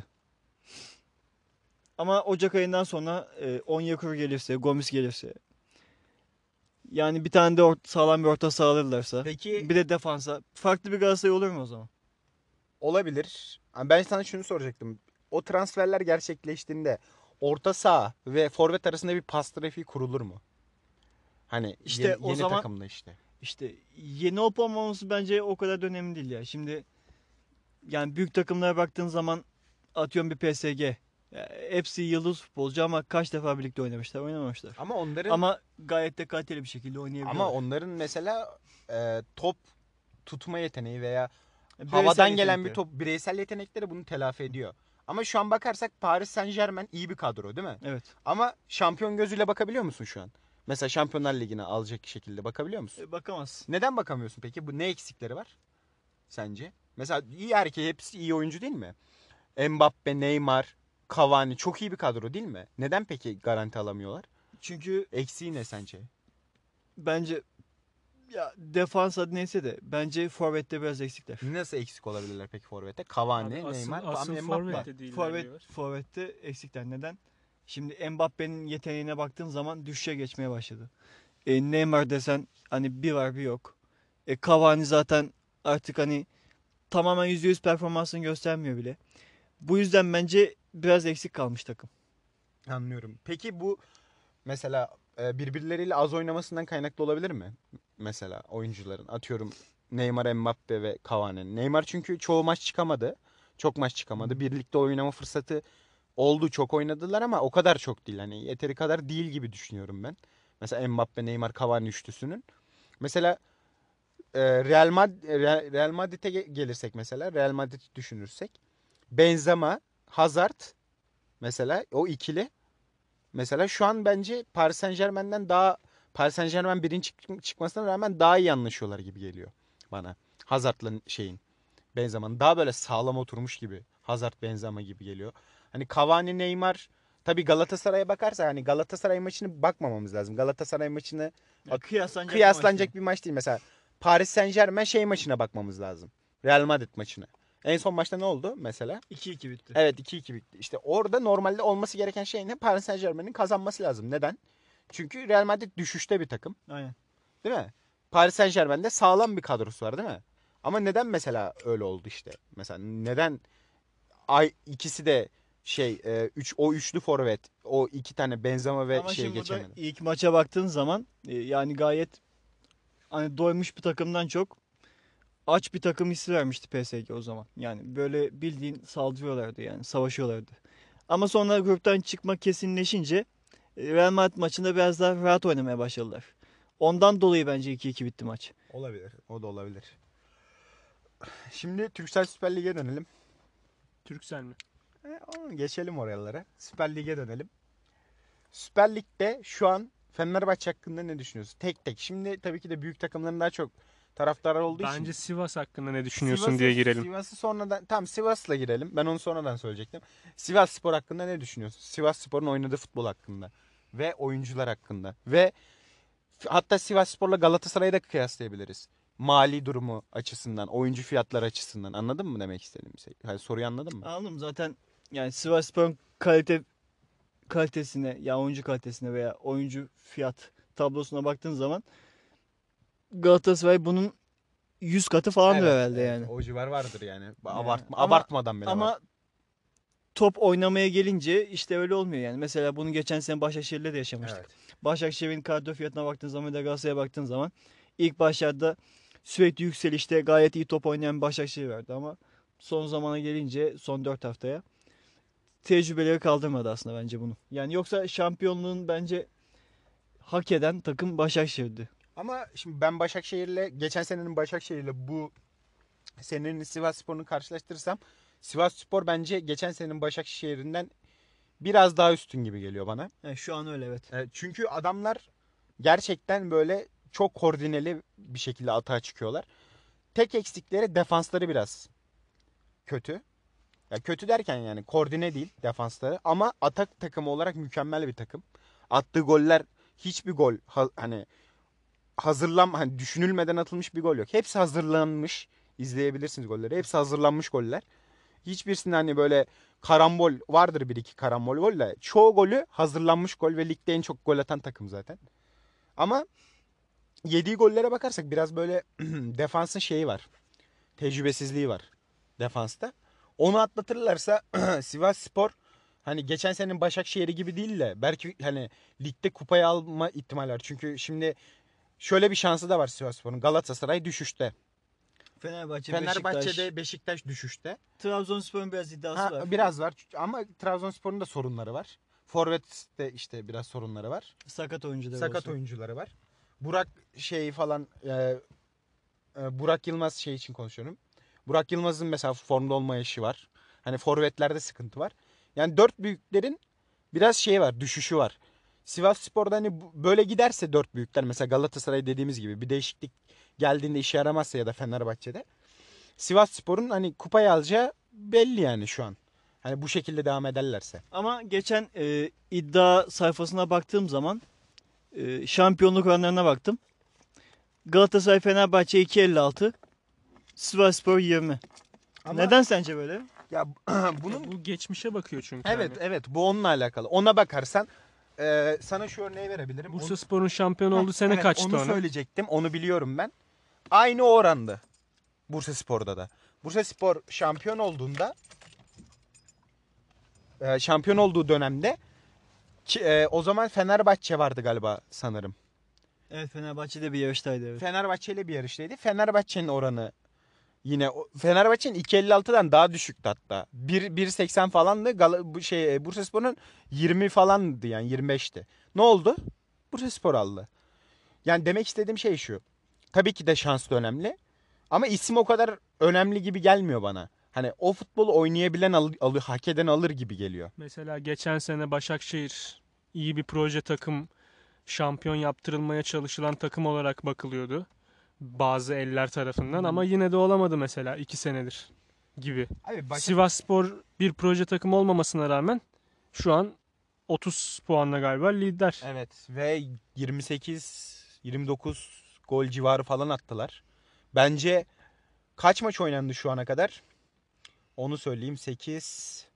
Ama Ocak ayından sonra e, Onyekuru gelirse, Gomis gelirse yani bir tane de or- sağlam bir orta sağlarlarsa Peki bir de defansa farklı bir Galatasaray olur mu o zaman? olabilir. Ama ben sana şunu soracaktım. O transferler gerçekleştiğinde orta saha ve forvet arasında bir pas trafiği kurulur mu? Hani İşte yeni, o yeni zaman- takımda işte. İşte yeni olup olmaması bence o kadar da önemli değil ya. Şimdi yani büyük takımlara baktığın zaman atıyorum bir P S G. Ya hepsi yıldız futbolcu ama kaç defa birlikte oynamışlar, oynamamışlar. Ama onların Ama gayet de kaliteli bir şekilde oynayabiliyorlar. ama onların mesela e, top tutma yeteneği veya Bireysel havadan gelen yetenekleri. bir top bireysel yetenekleri bunu telafi ediyor. Ama şu an bakarsak Paris Saint-Germain iyi bir kadro değil mi? Evet. Ama şampiyon gözüyle bakabiliyor musun şu an? Mesela Şampiyonlar Ligi'ne alacak şekilde bakabiliyor musun? E, bakamazsın. Neden bakamıyorsun peki? Bu ne eksikleri var sence? Mesela iyi erkeği hepsi iyi oyuncu değil mi? Mbappe, Neymar, Cavani çok iyi bir kadro değil mi? Neden peki garanti alamıyorlar? Çünkü Eksiği ne sence? bence ya defans adı neyse de bence forvette biraz eksikler. Nasıl eksik olabilirler peki forvete? Cavani, Abi asıl- Neymar, asıl Mbappe. forvet de değiller Forvet, diyor. forvette eksikler. Neden? Şimdi Mbappe'nin yeteneğine baktığın zaman düşüşe geçmeye başladı. E, Neymar desen hani bir var bir yok. E, Cavani zaten artık hani tamamen yüzde yüz performansını göstermiyor bile. Bu yüzden bence biraz eksik kalmış takım. Anlıyorum. Peki bu mesela e, birbirleriyle az oynamasından kaynaklı olabilir mi? Mesela oyuncuların atıyorum Neymar, Mbappe ve Cavani. Neymar çünkü çoğu maç çıkamadı. Çok maç çıkamadı. Birlikte oynama fırsatı oldu. Çok oynadılar ama o kadar çok değil. Hani yeteri kadar değil gibi düşünüyorum ben. Mesela Mbappe, Neymar, Cavani üçlüsünün. Mesela e, Real, Mad Real Real Madrid'e ge- gelirsek mesela. Real Madrid düşünürsek. Benzema, Hazard mesela o ikili. Mesela şu an bence Paris Saint-Germain'den daha Paris Saint-Germain birinci çık- çıkmasına rağmen daha iyi anlaşıyorlar gibi geliyor bana. Hazard'la şeyin Benzema'nın daha böyle sağlam oturmuş gibi. Hazard Benzema gibi geliyor. Hani Cavani, Neymar tabii Galatasaray'a bakarsa hani Galatasaray maçını bakmamamız lazım. Galatasaray maçını Ya, kıyaslanacak, kıyaslanacak bir maç değil. Mesela Paris Saint-Germain şey maçına bakmamız lazım. Real Madrid maçına. En son maçta ne oldu mesela? iki iki bitti. Evet iki iki bitti. İşte orada normalde olması gereken şey ne? Paris Saint-Germain'in kazanması lazım. Neden? Çünkü Real Madrid düşüşte bir takım. Aynen. Değil mi? Paris Saint-Germain'de sağlam bir kadrosu var değil mi? Ama neden mesela öyle oldu işte? Mesela neden ay ikisi de şey e, üç o üçlü forvet o iki tane Benzema ve Ama şey şimdi burada geçemedi. ilk maça baktığın zaman e, yani gayet hani doymuş bir takımdan çok aç bir takım hissi vermişti P S G o zaman. Yani böyle bildiğin saldırıyorlardı yani savaşıyorlardı. Ama sonra gruptan çıkma kesinleşince e, Real Madrid maçında biraz daha rahat oynamaya başladılar. Ondan dolayı bence iki iki bitti maç. Olabilir. O da olabilir. Şimdi Türksel Süper Lig'e dönelim. Türksel mi? E, onu geçelim oralara. Süper Lig'e dönelim. Süper Lig'de şu an Fenerbahçe hakkında ne düşünüyorsun? Tek tek. Şimdi tabii ki de büyük takımların daha çok taraftarı olduğu için. Bence Sivas hakkında ne düşünüyorsun Sivas'ı- diye girelim. Sivas'ı sonradan tam Sivas'la girelim. Ben onu sonradan söyleyecektim. Sivas Spor hakkında ne düşünüyorsun? Sivas Spor'un oynadığı futbol hakkında ve oyuncular hakkında ve hatta Sivas Spor'la Galatasaray'ı da kıyaslayabiliriz. Mali durumu açısından, oyuncu fiyatları açısından. Anladın mı demek istediğim şey? Hayır, soruyu anladın mı? Anladım zaten yani Sivasspor'un kalite kalitesine ya oyuncu kalitesine veya oyuncu fiyat tablosuna baktığın zaman Galatasaray bunun yüz katı falandır Evet, herhalde evet, yani. O civar vardır yani. Yani Abartma, ama- abartmadan bile var. Ama top oynamaya gelince işte öyle olmuyor yani. Mesela bunu geçen sene Başakşehir'le de yaşamıştık. Evet. Başakşehir'in kadro fiyatına baktığın zaman da Galatasaray'a baktığın zaman ilk başlarda sürekli yükselişte gayet iyi top oynayan bir Başakşehir vardı ama son zamana gelince son dört haftaya tecrübeleri kaldırmadı aslında bence bunu. Yani yoksa şampiyonluğun bence hak eden takım Başakşehir'di. Ama şimdi ben Başakşehir'le geçen senenin Başakşehir'le bu senenin Sivasspor'unu karşılaştırırsam Sivasspor bence geçen senenin Başakşehir'inden biraz daha üstün gibi geliyor bana. Yani şu an öyle evet. E, çünkü adamlar gerçekten böyle çok koordineli bir şekilde atağa çıkıyorlar. Tek eksikleri defansları biraz kötü. Ya kötü derken yani koordine değil defansları ama atak takımı olarak mükemmel bir takım. Attığı goller hiçbir gol ha- hani hazırlan hani düşünülmeden atılmış bir gol yok. Hepsi hazırlanmış. İzleyebilirsiniz golleri. Hepsi hazırlanmış goller. Hiçbirisinde hani böyle karambol vardır bir iki karambol gol de. Çoğu golü hazırlanmış gol ve ligde en çok gol atan takım zaten. Ama yediği gollere bakarsak biraz böyle defansın şeyi var. Tecrübesizliği var defansta. Onu atlatırlarsa Sivasspor hani geçen senenin Başakşehir'i gibi değil de belki hani ligde kupayı alma ihtimali var. Çünkü şimdi şöyle bir şansı da var Sivasspor'un. Galatasaray düşüşte. Fenerbahçe, Fenerbahçe'de Beşiktaş, Beşiktaş düşüşte. Trabzonspor'un biraz iddiası Ha, var. biraz var ama Trabzonspor'un da sorunları var. Forvet'te işte biraz sorunları var. Sakat oyuncuları Sakat olsun. oyuncuları var. Burak şey falan e, e, Burak Yılmaz şey için konuşuyorum. Burak Yılmaz'ın mesela formda olmayışı var. Hani forvetlerde sıkıntı var. Yani dört büyüklerin biraz şey var, düşüşü var. Sivasspor'da hani bu- böyle giderse dört büyükler mesela Galatasaray dediğimiz gibi bir değişiklik geldiğinde işe yaramazsa ya da Fenerbahçe'de Sivasspor'un hani kupayı alacağı belli yani şu an. Hani bu şekilde devam ederlerse. Ama geçen e, iddia sayfasına baktığım zaman e, şampiyonluk oranlarına baktım. Galatasaray Fenerbahçe iki elli altı. Sivasspor yirmi. Ama Neden sence böyle? ya Bunun bunun bu geçmişe bakıyor çünkü. evet yani. evet bu onunla alakalı. Ona bakarsan e, sana şu örneği verebilirim. Bursaspor'un şampiyon Heh, olduğu sene evet, kaçtı onu ona? söyleyecektim. Onu biliyorum ben. Aynı o orandı. Bursaspor'da da. Bursaspor şampiyon olduğunda e, şampiyon olduğu dönemde ki, e, o zaman Fenerbahçe vardı galiba sanırım. Evet, Fenerbahçe'de bir yarıştaydı. Evet. Fenerbahçe ile bir yarıştaydı. Fenerbahçe'nin oranı yine o- Fenerbahçe'nin iki elli altıdan daha düşüktü hatta. bir bir seksen falandı. Gal- bu şey Bursaspor'un yirmi falandı yani yirmi beşti. Ne oldu? Bursaspor aldı. Yani demek istediğim şey şu. Tabii ki de şans da önemli. Ama isim o kadar önemli gibi gelmiyor bana. Hani o futbolu oynayabilen al, al- hak eden alır gibi geliyor. Mesela geçen sene Başakşehir iyi bir proje takım, şampiyon yaptırılmaya çalışılan takım olarak bakılıyordu. Bazı eller tarafından ama yine de olamadı mesela iki senedir gibi. Abi Sivasspor bir proje takım olmamasına rağmen şu an otuz puanla galiba lider. Evet ve yirmi sekiz yirmi dokuz gol civarı falan attılar. Bence kaç maç oynandı şu ana kadar? Onu söyleyeyim. sekiz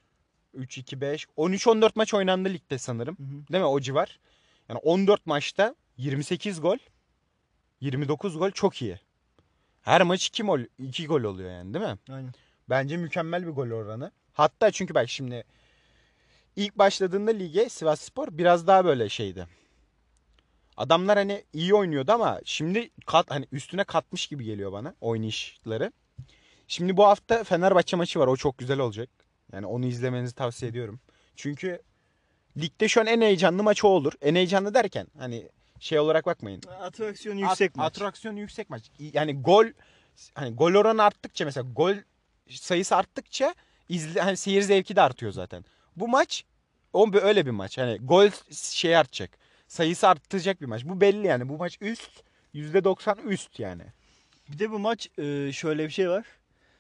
üç iki beş on üç on dört maç oynandı ligde sanırım. Hı hı. Değil mi? O civar. Yani on dört maçta yirmi sekiz gol, yirmi dokuz gol çok iyi. Her maç iki gol, iki gol oluyor yani değil mi? Aynen. Bence mükemmel bir gol oranı. Hatta çünkü bak şimdi ilk başladığında lige Sivasspor biraz daha böyle şeydi. Adamlar hani iyi oynuyordu ama şimdi kat hani üstüne katmış gibi geliyor bana oynayışları. Şimdi bu hafta Fenerbahçe maçı var. O çok güzel olacak. Yani onu izlemenizi tavsiye ediyorum. Çünkü ligde şu an en heyecanlı maç o olur. En heyecanlı derken hani şey olarak bakmayın. Atraksiyonu yüksek At- maç. Atraksiyonu yüksek maç. Yani gol hani gol oranı arttıkça mesela gol sayısı arttıkça izle hani seyir zevki de artıyor zaten. Bu maç o bir- öyle bir maç. Hani gol şey artacak. Sayısı artacak bir maç. Bu belli yani. Bu maç üst yüzde doksan üst yani. Bir de bu maç e, şöyle bir şey var.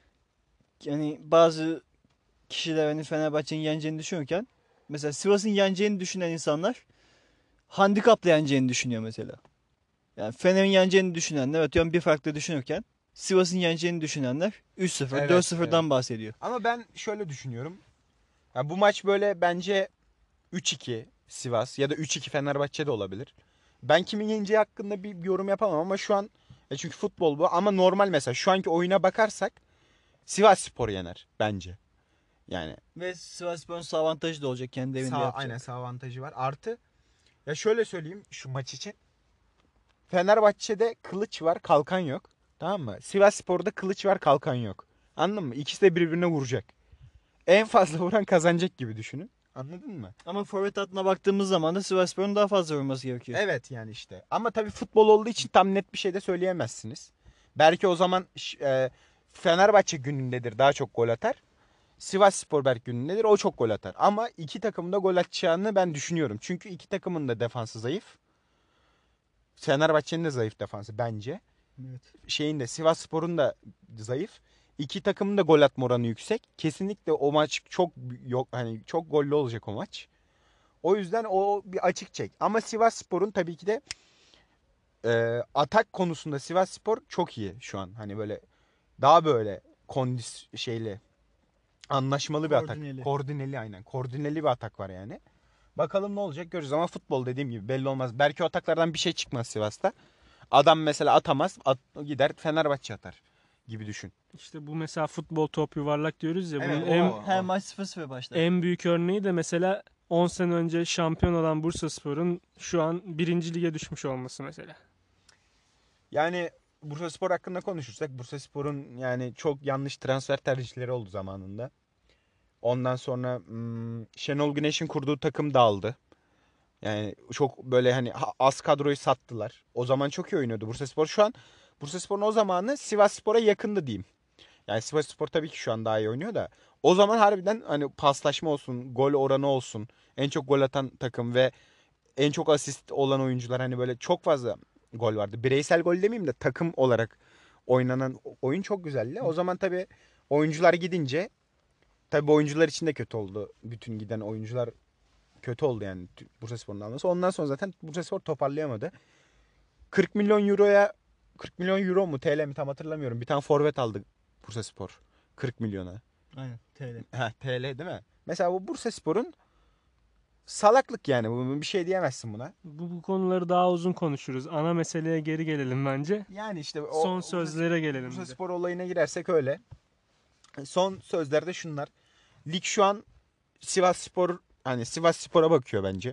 Yani bazı kişiler hani Fenerbahçe'nin yeneceğini düşünürken mesela Sivas'ın yeneceğini düşünen insanlar handikapla yeneceğini düşünüyor mesela. Yani Fener'in yeneceğini düşünenler atıyorum bir farklı düşünürken Sivas'ın yeneceğini düşünenler üç sıfır Evet, dört sıfırdan bahsediyor. Ama ben şöyle düşünüyorum. Ya bu maç böyle bence üç iki Sivas ya da üç iki Fenerbahçe de olabilir. Ben kimin yeneceği hakkında bir yorum yapamam ama şu an e çünkü futbol bu ama normal mesela şu anki oyuna bakarsak Sivasspor yener bence. Yani Ve Sivasspor'un sağ avantajı da olacak kendi evinde sağ, yapacak. aynen sağ avantajı var. Artı ya şöyle söyleyeyim şu maç için. Fenerbahçe'de kılıç var, kalkan yok. Tamam mı? Sivasspor'da kılıç var, kalkan yok. Anladın mı? İkisi de birbirine vuracak. En fazla vuran kazanacak gibi düşünün. Anladın mı? Ama forvet hattına baktığımız zaman da Sivasspor'un daha fazla vurması gerekiyor. Evet yani işte. Ama tabii futbol olduğu için tam net bir şey de söyleyemezsiniz. Belki o zaman ş- e, Fenerbahçe günündedir daha çok gol atar. Sivasspor belki günündedir o çok gol atar. Ama iki takım da gol atacağını ben düşünüyorum. Çünkü iki takımın da defansı zayıf. Fenerbahçe'nin de zayıf defansı bence. Evet. Şeyin de Sivasspor'un da zayıf. İki takımın da gol atma oranı yüksek. Kesinlikle o maç çok yok hani çok gollü olacak o maç. O yüzden o bir açık çek. Ama Sivasspor'un tabii ki de e, atak konusunda Sivasspor çok iyi şu an. Hani böyle daha böyle kondis şeyli anlaşmalı bir Koordineli. atak. Koordineli aynen. Koordineli bir atak var yani. Bakalım ne olacak görürüz ama futbol dediğim gibi belli olmaz. Belki o ataklardan bir şey çıkmaz Sivas'ta. Adam mesela atamaz, at, gider Fenerbahçe atar gibi düşün. İşte bu mesela futbol top yuvarlak diyoruz ya. Evet, bunun o- en, Her maç sıfır sıfır başlar. en büyük örneği de mesela on sene önce şampiyon olan Bursaspor'un şu an birinci lige düşmüş olması mesela. Yani Bursaspor hakkında konuşursak Bursaspor'un yani çok yanlış transfer tercihleri oldu zamanında. Ondan sonra hmm, Şenol Güneş'in kurduğu takım dağıldı. Yani çok böyle hani ha- az kadroyu sattılar. O zaman çok iyi oynuyordu Bursaspor. Şu an Bursaspor'un o zamanı Sivasspor'a yakındı diyeyim. Yani Sivasspor tabii ki şu an daha iyi oynuyor da. O zaman harbiden hani paslaşma olsun, gol oranı olsun. En çok gol atan takım ve en çok asist olan oyuncular hani böyle çok fazla gol vardı. Bireysel gol demeyeyim de takım olarak oynanan oyun çok güzeldi. O zaman tabii oyuncular gidince tabii oyuncular için de kötü oldu. Bütün giden oyuncular kötü oldu yani Bursaspor'un alması. Ondan sonra zaten Bursaspor toparlayamadı. kırk milyon euroya kırk milyon euro mu T L mi tam hatırlamıyorum. Bir tane forvet aldı Bursaspor kırk milyona. Aynen T L. Ha, T L değil mi? Mesela bu Bursaspor'un salaklık yani. Bu bir şey diyemezsin buna. Bu, bu konuları daha uzun konuşuruz. Ana meseleye geri gelelim bence. Yani işte o Son sözlere gelelim. bir de. Bursaspor olayına girersek öyle. Son sözlerde şunlar. Lig şu an Sivasspor hani Sivasspor'a bakıyor bence.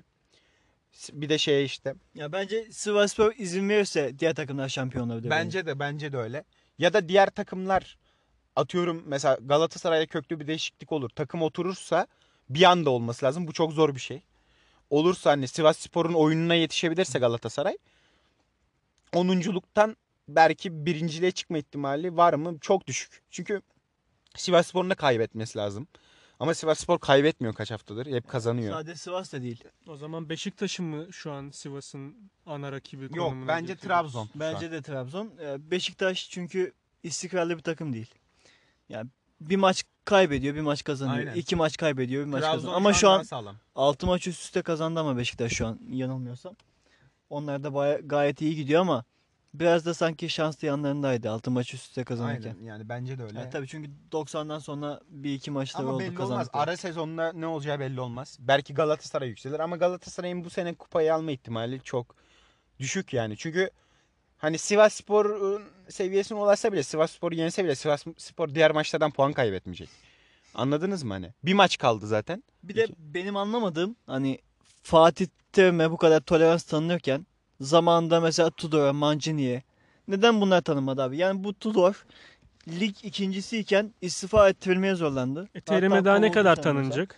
Bir de şey işte. Ya bence Sivasspor izin verirse diğer takımlar şampiyon olabilir. Bence de bence de öyle. Ya da diğer takımlar atıyorum mesela Galatasaray'a köklü bir değişiklik olur. Takım oturursa bir anda olması lazım. Bu çok zor bir şey. Olursa hani Sivasspor'un oyununa yetişebilirse Galatasaray onunculuktan belki birinciliğe çıkma ihtimali var mı? Çok düşük. Çünkü Sivasspor'un da kaybetmesi lazım. Ama Sivasspor kaybetmiyor kaç haftadır. Hep kazanıyor. Sadece Sivas da değil. O zaman Beşiktaş'ın mı şu an Sivas'ın ana rakibi Yok konumuna bence getiriyoruz? Trabzon. şu Bence an. de Trabzon. Ee, Beşiktaş çünkü istikrarlı bir takım değil. Yani bir maç kaybediyor, bir maç kazanıyor. Aynen. İki maç kaybediyor, bir maç Trabzon kazanıyor. Ama şu daha an sağlam. altı maç üst üste kazandı ama Beşiktaş şu an yanılmıyorsam. Onlar da baya, gayet iyi gidiyor ama biraz da sanki şanslı yanlarındaydı altı maç üst üste kazanırken. Aynen yani bence de öyle. Yani tabii çünkü doksandan sonra bir iki maçları Ama oldu belli olmaz. kazandıkları. Ara sezonda ne olacağı belli olmaz. Belki Galatasaray yükselir ama Galatasaray'ın bu sene kupayı alma ihtimali çok düşük yani. Çünkü hani Sivasspor'un seviyesine ulaşsa bile, Sivasspor'u yense bile Sivasspor diğer maçlardan puan kaybetmeyecek. Anladınız mı hani? Bir maç kaldı zaten. Bir de İki. benim anlamadığım hani Fatih Terim'e bu kadar tolerans tanınırken zamanında mesela Tudor'a, Mancini'ye neden bunlar tanınmadı abi? Yani bu Tudor lig ikincisiyken istifa ettirilmeye zorlandı. E, Terim'e Hatta daha ne kovuldu kadar sanıyorsam. tanınacak?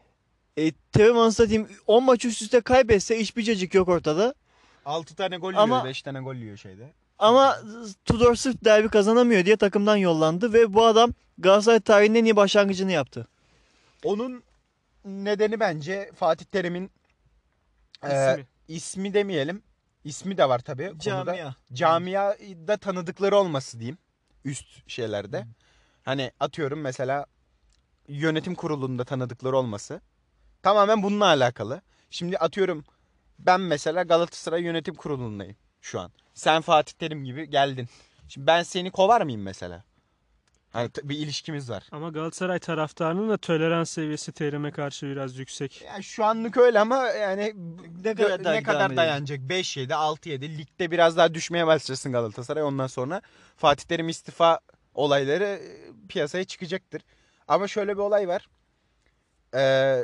E, Terim anasını satayım on maç üst üste kaybetse hiçbir cacık yok ortada. altı tane gol Ama- yiyor, beş tane gol yiyor şeyde. Ama Tudor sırf derbi kazanamıyor diye takımdan yollandı ve bu adam Galatasaray tarihinin en iyi başlangıcını yaptı. Onun nedeni bence Fatih Terim'in e, İsmi. ismi demeyelim. İsmi de var tabii. konuda. Camia. Camiada tanıdıkları olması diyeyim. Üst şeylerde. Hani atıyorum mesela yönetim kurulunda tanıdıkları olması. Tamamen bununla alakalı. Şimdi atıyorum ben mesela Galatasaray yönetim kurulundayım şu an. Sen Fatih Terim gibi geldin. Şimdi ben seni kovar mıyım mesela? Hani t- bir ilişkimiz var. Ama Galatasaray taraftarının da tolerans seviyesi Terim'e karşı biraz yüksek. Yani şu anlık öyle ama yani Ne kadar ne daha kadar devam dayanacak? beş yedi, altı yedi. Ligde biraz daha düşmeye başlasın Galatasaray. Ondan sonra Fatih Terim istifa olayları e, piyasaya çıkacaktır. Ama şöyle bir olay var. Ee,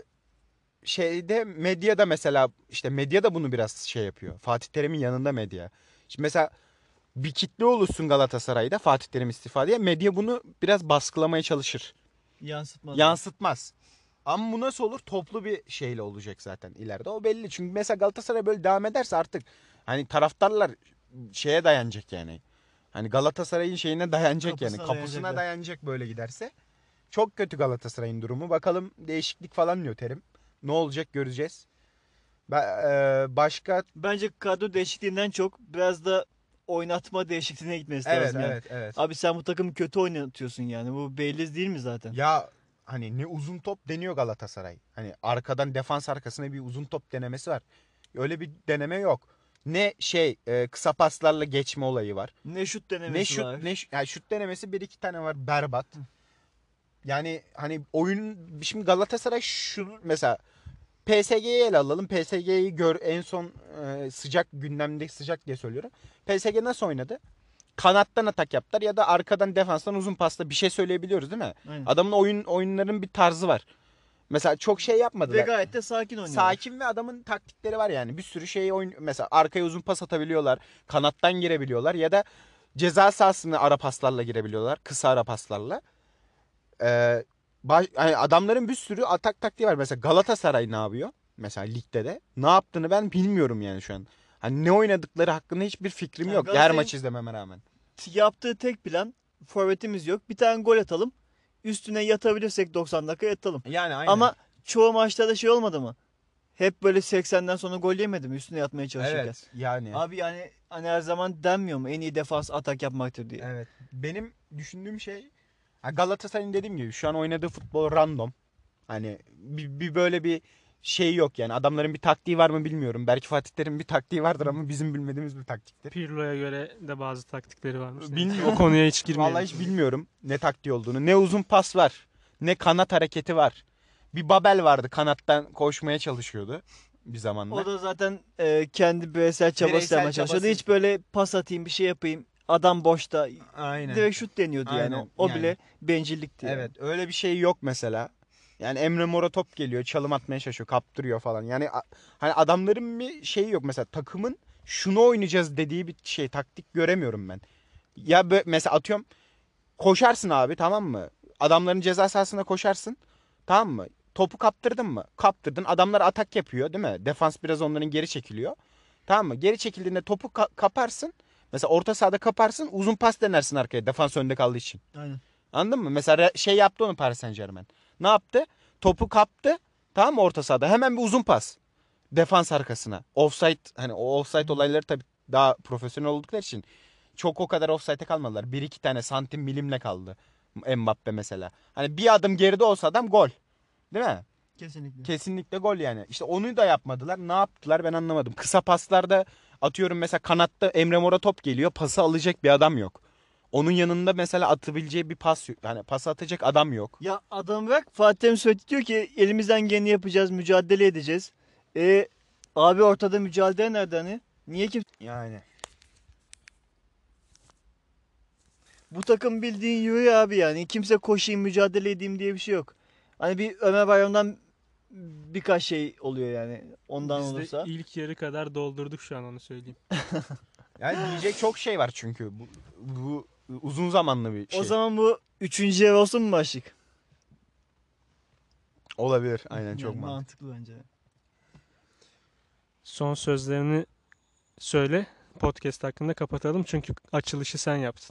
şeyde medyada mesela işte medya da bunu biraz şey yapıyor. Fatih Terim'in yanında medya. Şimdi mesela bir kitle olursun Galatasaray'da Fatih Terim istifa diye. Medya bunu biraz baskılamaya çalışır. Yansıtmadı. Yansıtmaz. Ama bu nasıl olur? Toplu bir şeyle olacak zaten ileride. O belli. Çünkü mesela Galatasaray böyle devam ederse artık hani taraftarlar şeye dayanacak yani. Hani Galatasaray'ın şeyine dayanacak Kapısına yani. Kapısına dayanacaklar. dayanacak böyle giderse. Çok kötü Galatasaray'ın durumu. Bakalım değişiklik falan diyor Terim. Ne olacak göreceğiz. Ba- e, başka Bence kadro değişikliğinden çok biraz da oynatma değişikliğine gitmesi evet lazım yani. evet evet. Abi sen bu takımı kötü oynatıyorsun yani. Bu belli değil mi zaten? Ya hani ne uzun top deniyor Galatasaray. Hani arkadan defans arkasına bir uzun top denemesi var. Öyle bir deneme yok. Ne şey e, kısa paslarla geçme olayı var. Ne şut denemesi Ne şut var. ne şut, yani şut denemesi bir iki tane var berbat. Yani hani oyun şimdi Galatasaray şu mesela P S G'yi ele alalım. P S G'yi gör en son e, sıcak gündemde sıcak diye söylüyorum. P S G nasıl oynadı? Kanattan atak yaptılar ya da arkadan defanstan uzun pasla bir şey söyleyebiliyoruz değil mi? Aynen. Adamın oyun oyunların bir tarzı var. Mesela çok şey Ve yapmadılar. gayet de sakin oynuyor. Sakin ve adamın taktikleri var yani. Bir sürü şey oyun mesela arkaya uzun pas atabiliyorlar. Kanattan girebiliyorlar ya da ceza sahasına ara paslarla girebiliyorlar. Kısa ara paslarla. Ee, baş- yani adamların bir sürü atak taktiği var. Mesela Galatasaray ne yapıyor? Mesela ligde de. Ne yaptığını ben bilmiyorum yani şu an. Hani ne oynadıkları hakkında hiçbir fikrim Yani yok. Her Galatasaray'ın- maç izlememe rağmen. Yaptığı tek plan forvetimiz yok. Bir tane gol atalım. Üstüne yatabilirsek doksan dakika yatalım. Yani aynen. Ama çoğu maçta da şey olmadı mı? Hep böyle seksenden sonra gol yemedi mi? Üstüne yatmaya çalışırken. evet yani. Abi yani hani her zaman denmiyor mu? En iyi defans atak yapmaktır diye. Evet. Benim düşündüğüm şey ha, Galatasaray'ın dediğim gibi şu an oynadığı futbol random. Hani bir, bir böyle bir şey yok yani. Adamların bir taktiği var mı bilmiyorum. Belki Fatih Terim'in bir taktiği vardır ama bizim bilmediğimiz bir taktiktir. Pirlo'ya göre de bazı taktikleri varmış. Bilmiyorum. O konuya hiç girmeyelim. Vallahi hiç bilmiyorum ne taktiği olduğunu. Ne uzun pas var, ne kanat hareketi var. Bir Babel vardı, kanattan koşmaya çalışıyordu bir zamanlar. O da zaten e, kendi bireysel çabası Bireysel yapmaya çalışıyordu. çabası. Hiç böyle pas atayım, bir şey yapayım. Adam boşta. Aynen. Direkt şut deniyordu Aynen, yani. O yani. bile bencillikti. yani. Evet, öyle bir şey yok mesela. Yani Emre Mor'a top geliyor, çalım atmaya çalışıyor, kaptırıyor falan. Yani a- hani adamların bir şeyi yok mesela, takımın şunu oynayacağız dediği bir şey, taktik göremiyorum ben. Ya bö- mesela atıyorum, koşarsın abi, tamam mı? Adamların ceza sahasına koşarsın. Tamam mı? Topu kaptırdın mı? Kaptırdın. Adamlar atak yapıyor, değil mi? Defans biraz onların geri çekiliyor. Tamam mı? Geri çekildiğinde topu ka- kaparsın. Mesela orta sahada kaparsın. Uzun pas denersin arkaya. Defans önde kaldığı için. Aynen. Anladın mı? Mesela re- şey yaptı onu Paris Saint-Germain. Ne yaptı? Topu kaptı. Tamam mı, orta sahada? Hemen bir uzun pas. Defans arkasına. Offside, hani o offside olayları tabii daha profesyonel oldukları için çok o kadar offside'e kalmadılar. Bir iki tane santim milimle kaldı. Mbappe mesela. Hani bir adım geride olsa adam gol. Değil mi? Kesinlikle. Kesinlikle gol yani. İşte onu da yapmadılar. Ne yaptılar ben anlamadım. Kısa paslarda atıyorum, mesela kanatta Emre Mor'a top geliyor. Pası alacak bir adam yok. Onun yanında mesela atabileceği bir pas yok. Hani pas atacak adam yok. Ya adam bırak, Fatih Terim sürekli diyor ki elimizden geleni yapacağız, mücadele edeceğiz. E abi ortada mücadele nerede hani? Niye kim? Yani. Bu takım bildiğin yürüyor abi yani. Kimse koşayım, mücadele edeyim diye bir şey yok. Hani bir Ömer Bayram'dan birkaç şey oluyor yani. Ondan Biz de olursa. ilk yarı kadar doldurduk şu an, onu söyleyeyim. Yani diyecek çok şey var çünkü. Bu, bu uzun zamanlı bir şey. O zaman bu üçüncü yer olsun mu başlık? Olabilir. Aynen, çok Yani mantıklı. mantıklı bence. Son sözlerini söyle. Podcast hakkında kapatalım çünkü açılışı sen yaptın.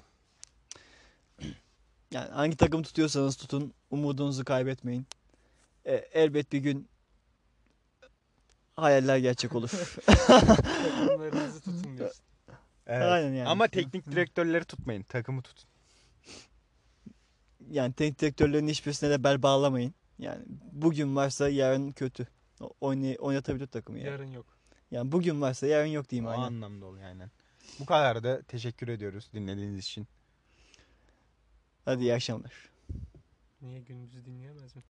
Yani hangi takım tutuyorsanız tutun, umudunuzu kaybetmeyin. E, elbet bir gün hayaller gerçek olur. Takımlarınızı tutun diyorsun. Evet. Aynen yani. Ama teknik direktörleri tutmayın. Takımı tutun. Yani teknik direktörlerin hiçbirisine de bel bağlamayın. Yani bugün varsa yarın kötü. O- Oynay oynatabilir takımı yani. Yarın yok. Yani bugün varsa yarın yok O diyeyim aynen. anlamda oluyor aynen. Bu kadar da teşekkür ediyoruz dinlediğiniz için. Hadi iyi akşamlar. Niye, gündüz dinleyemez mi?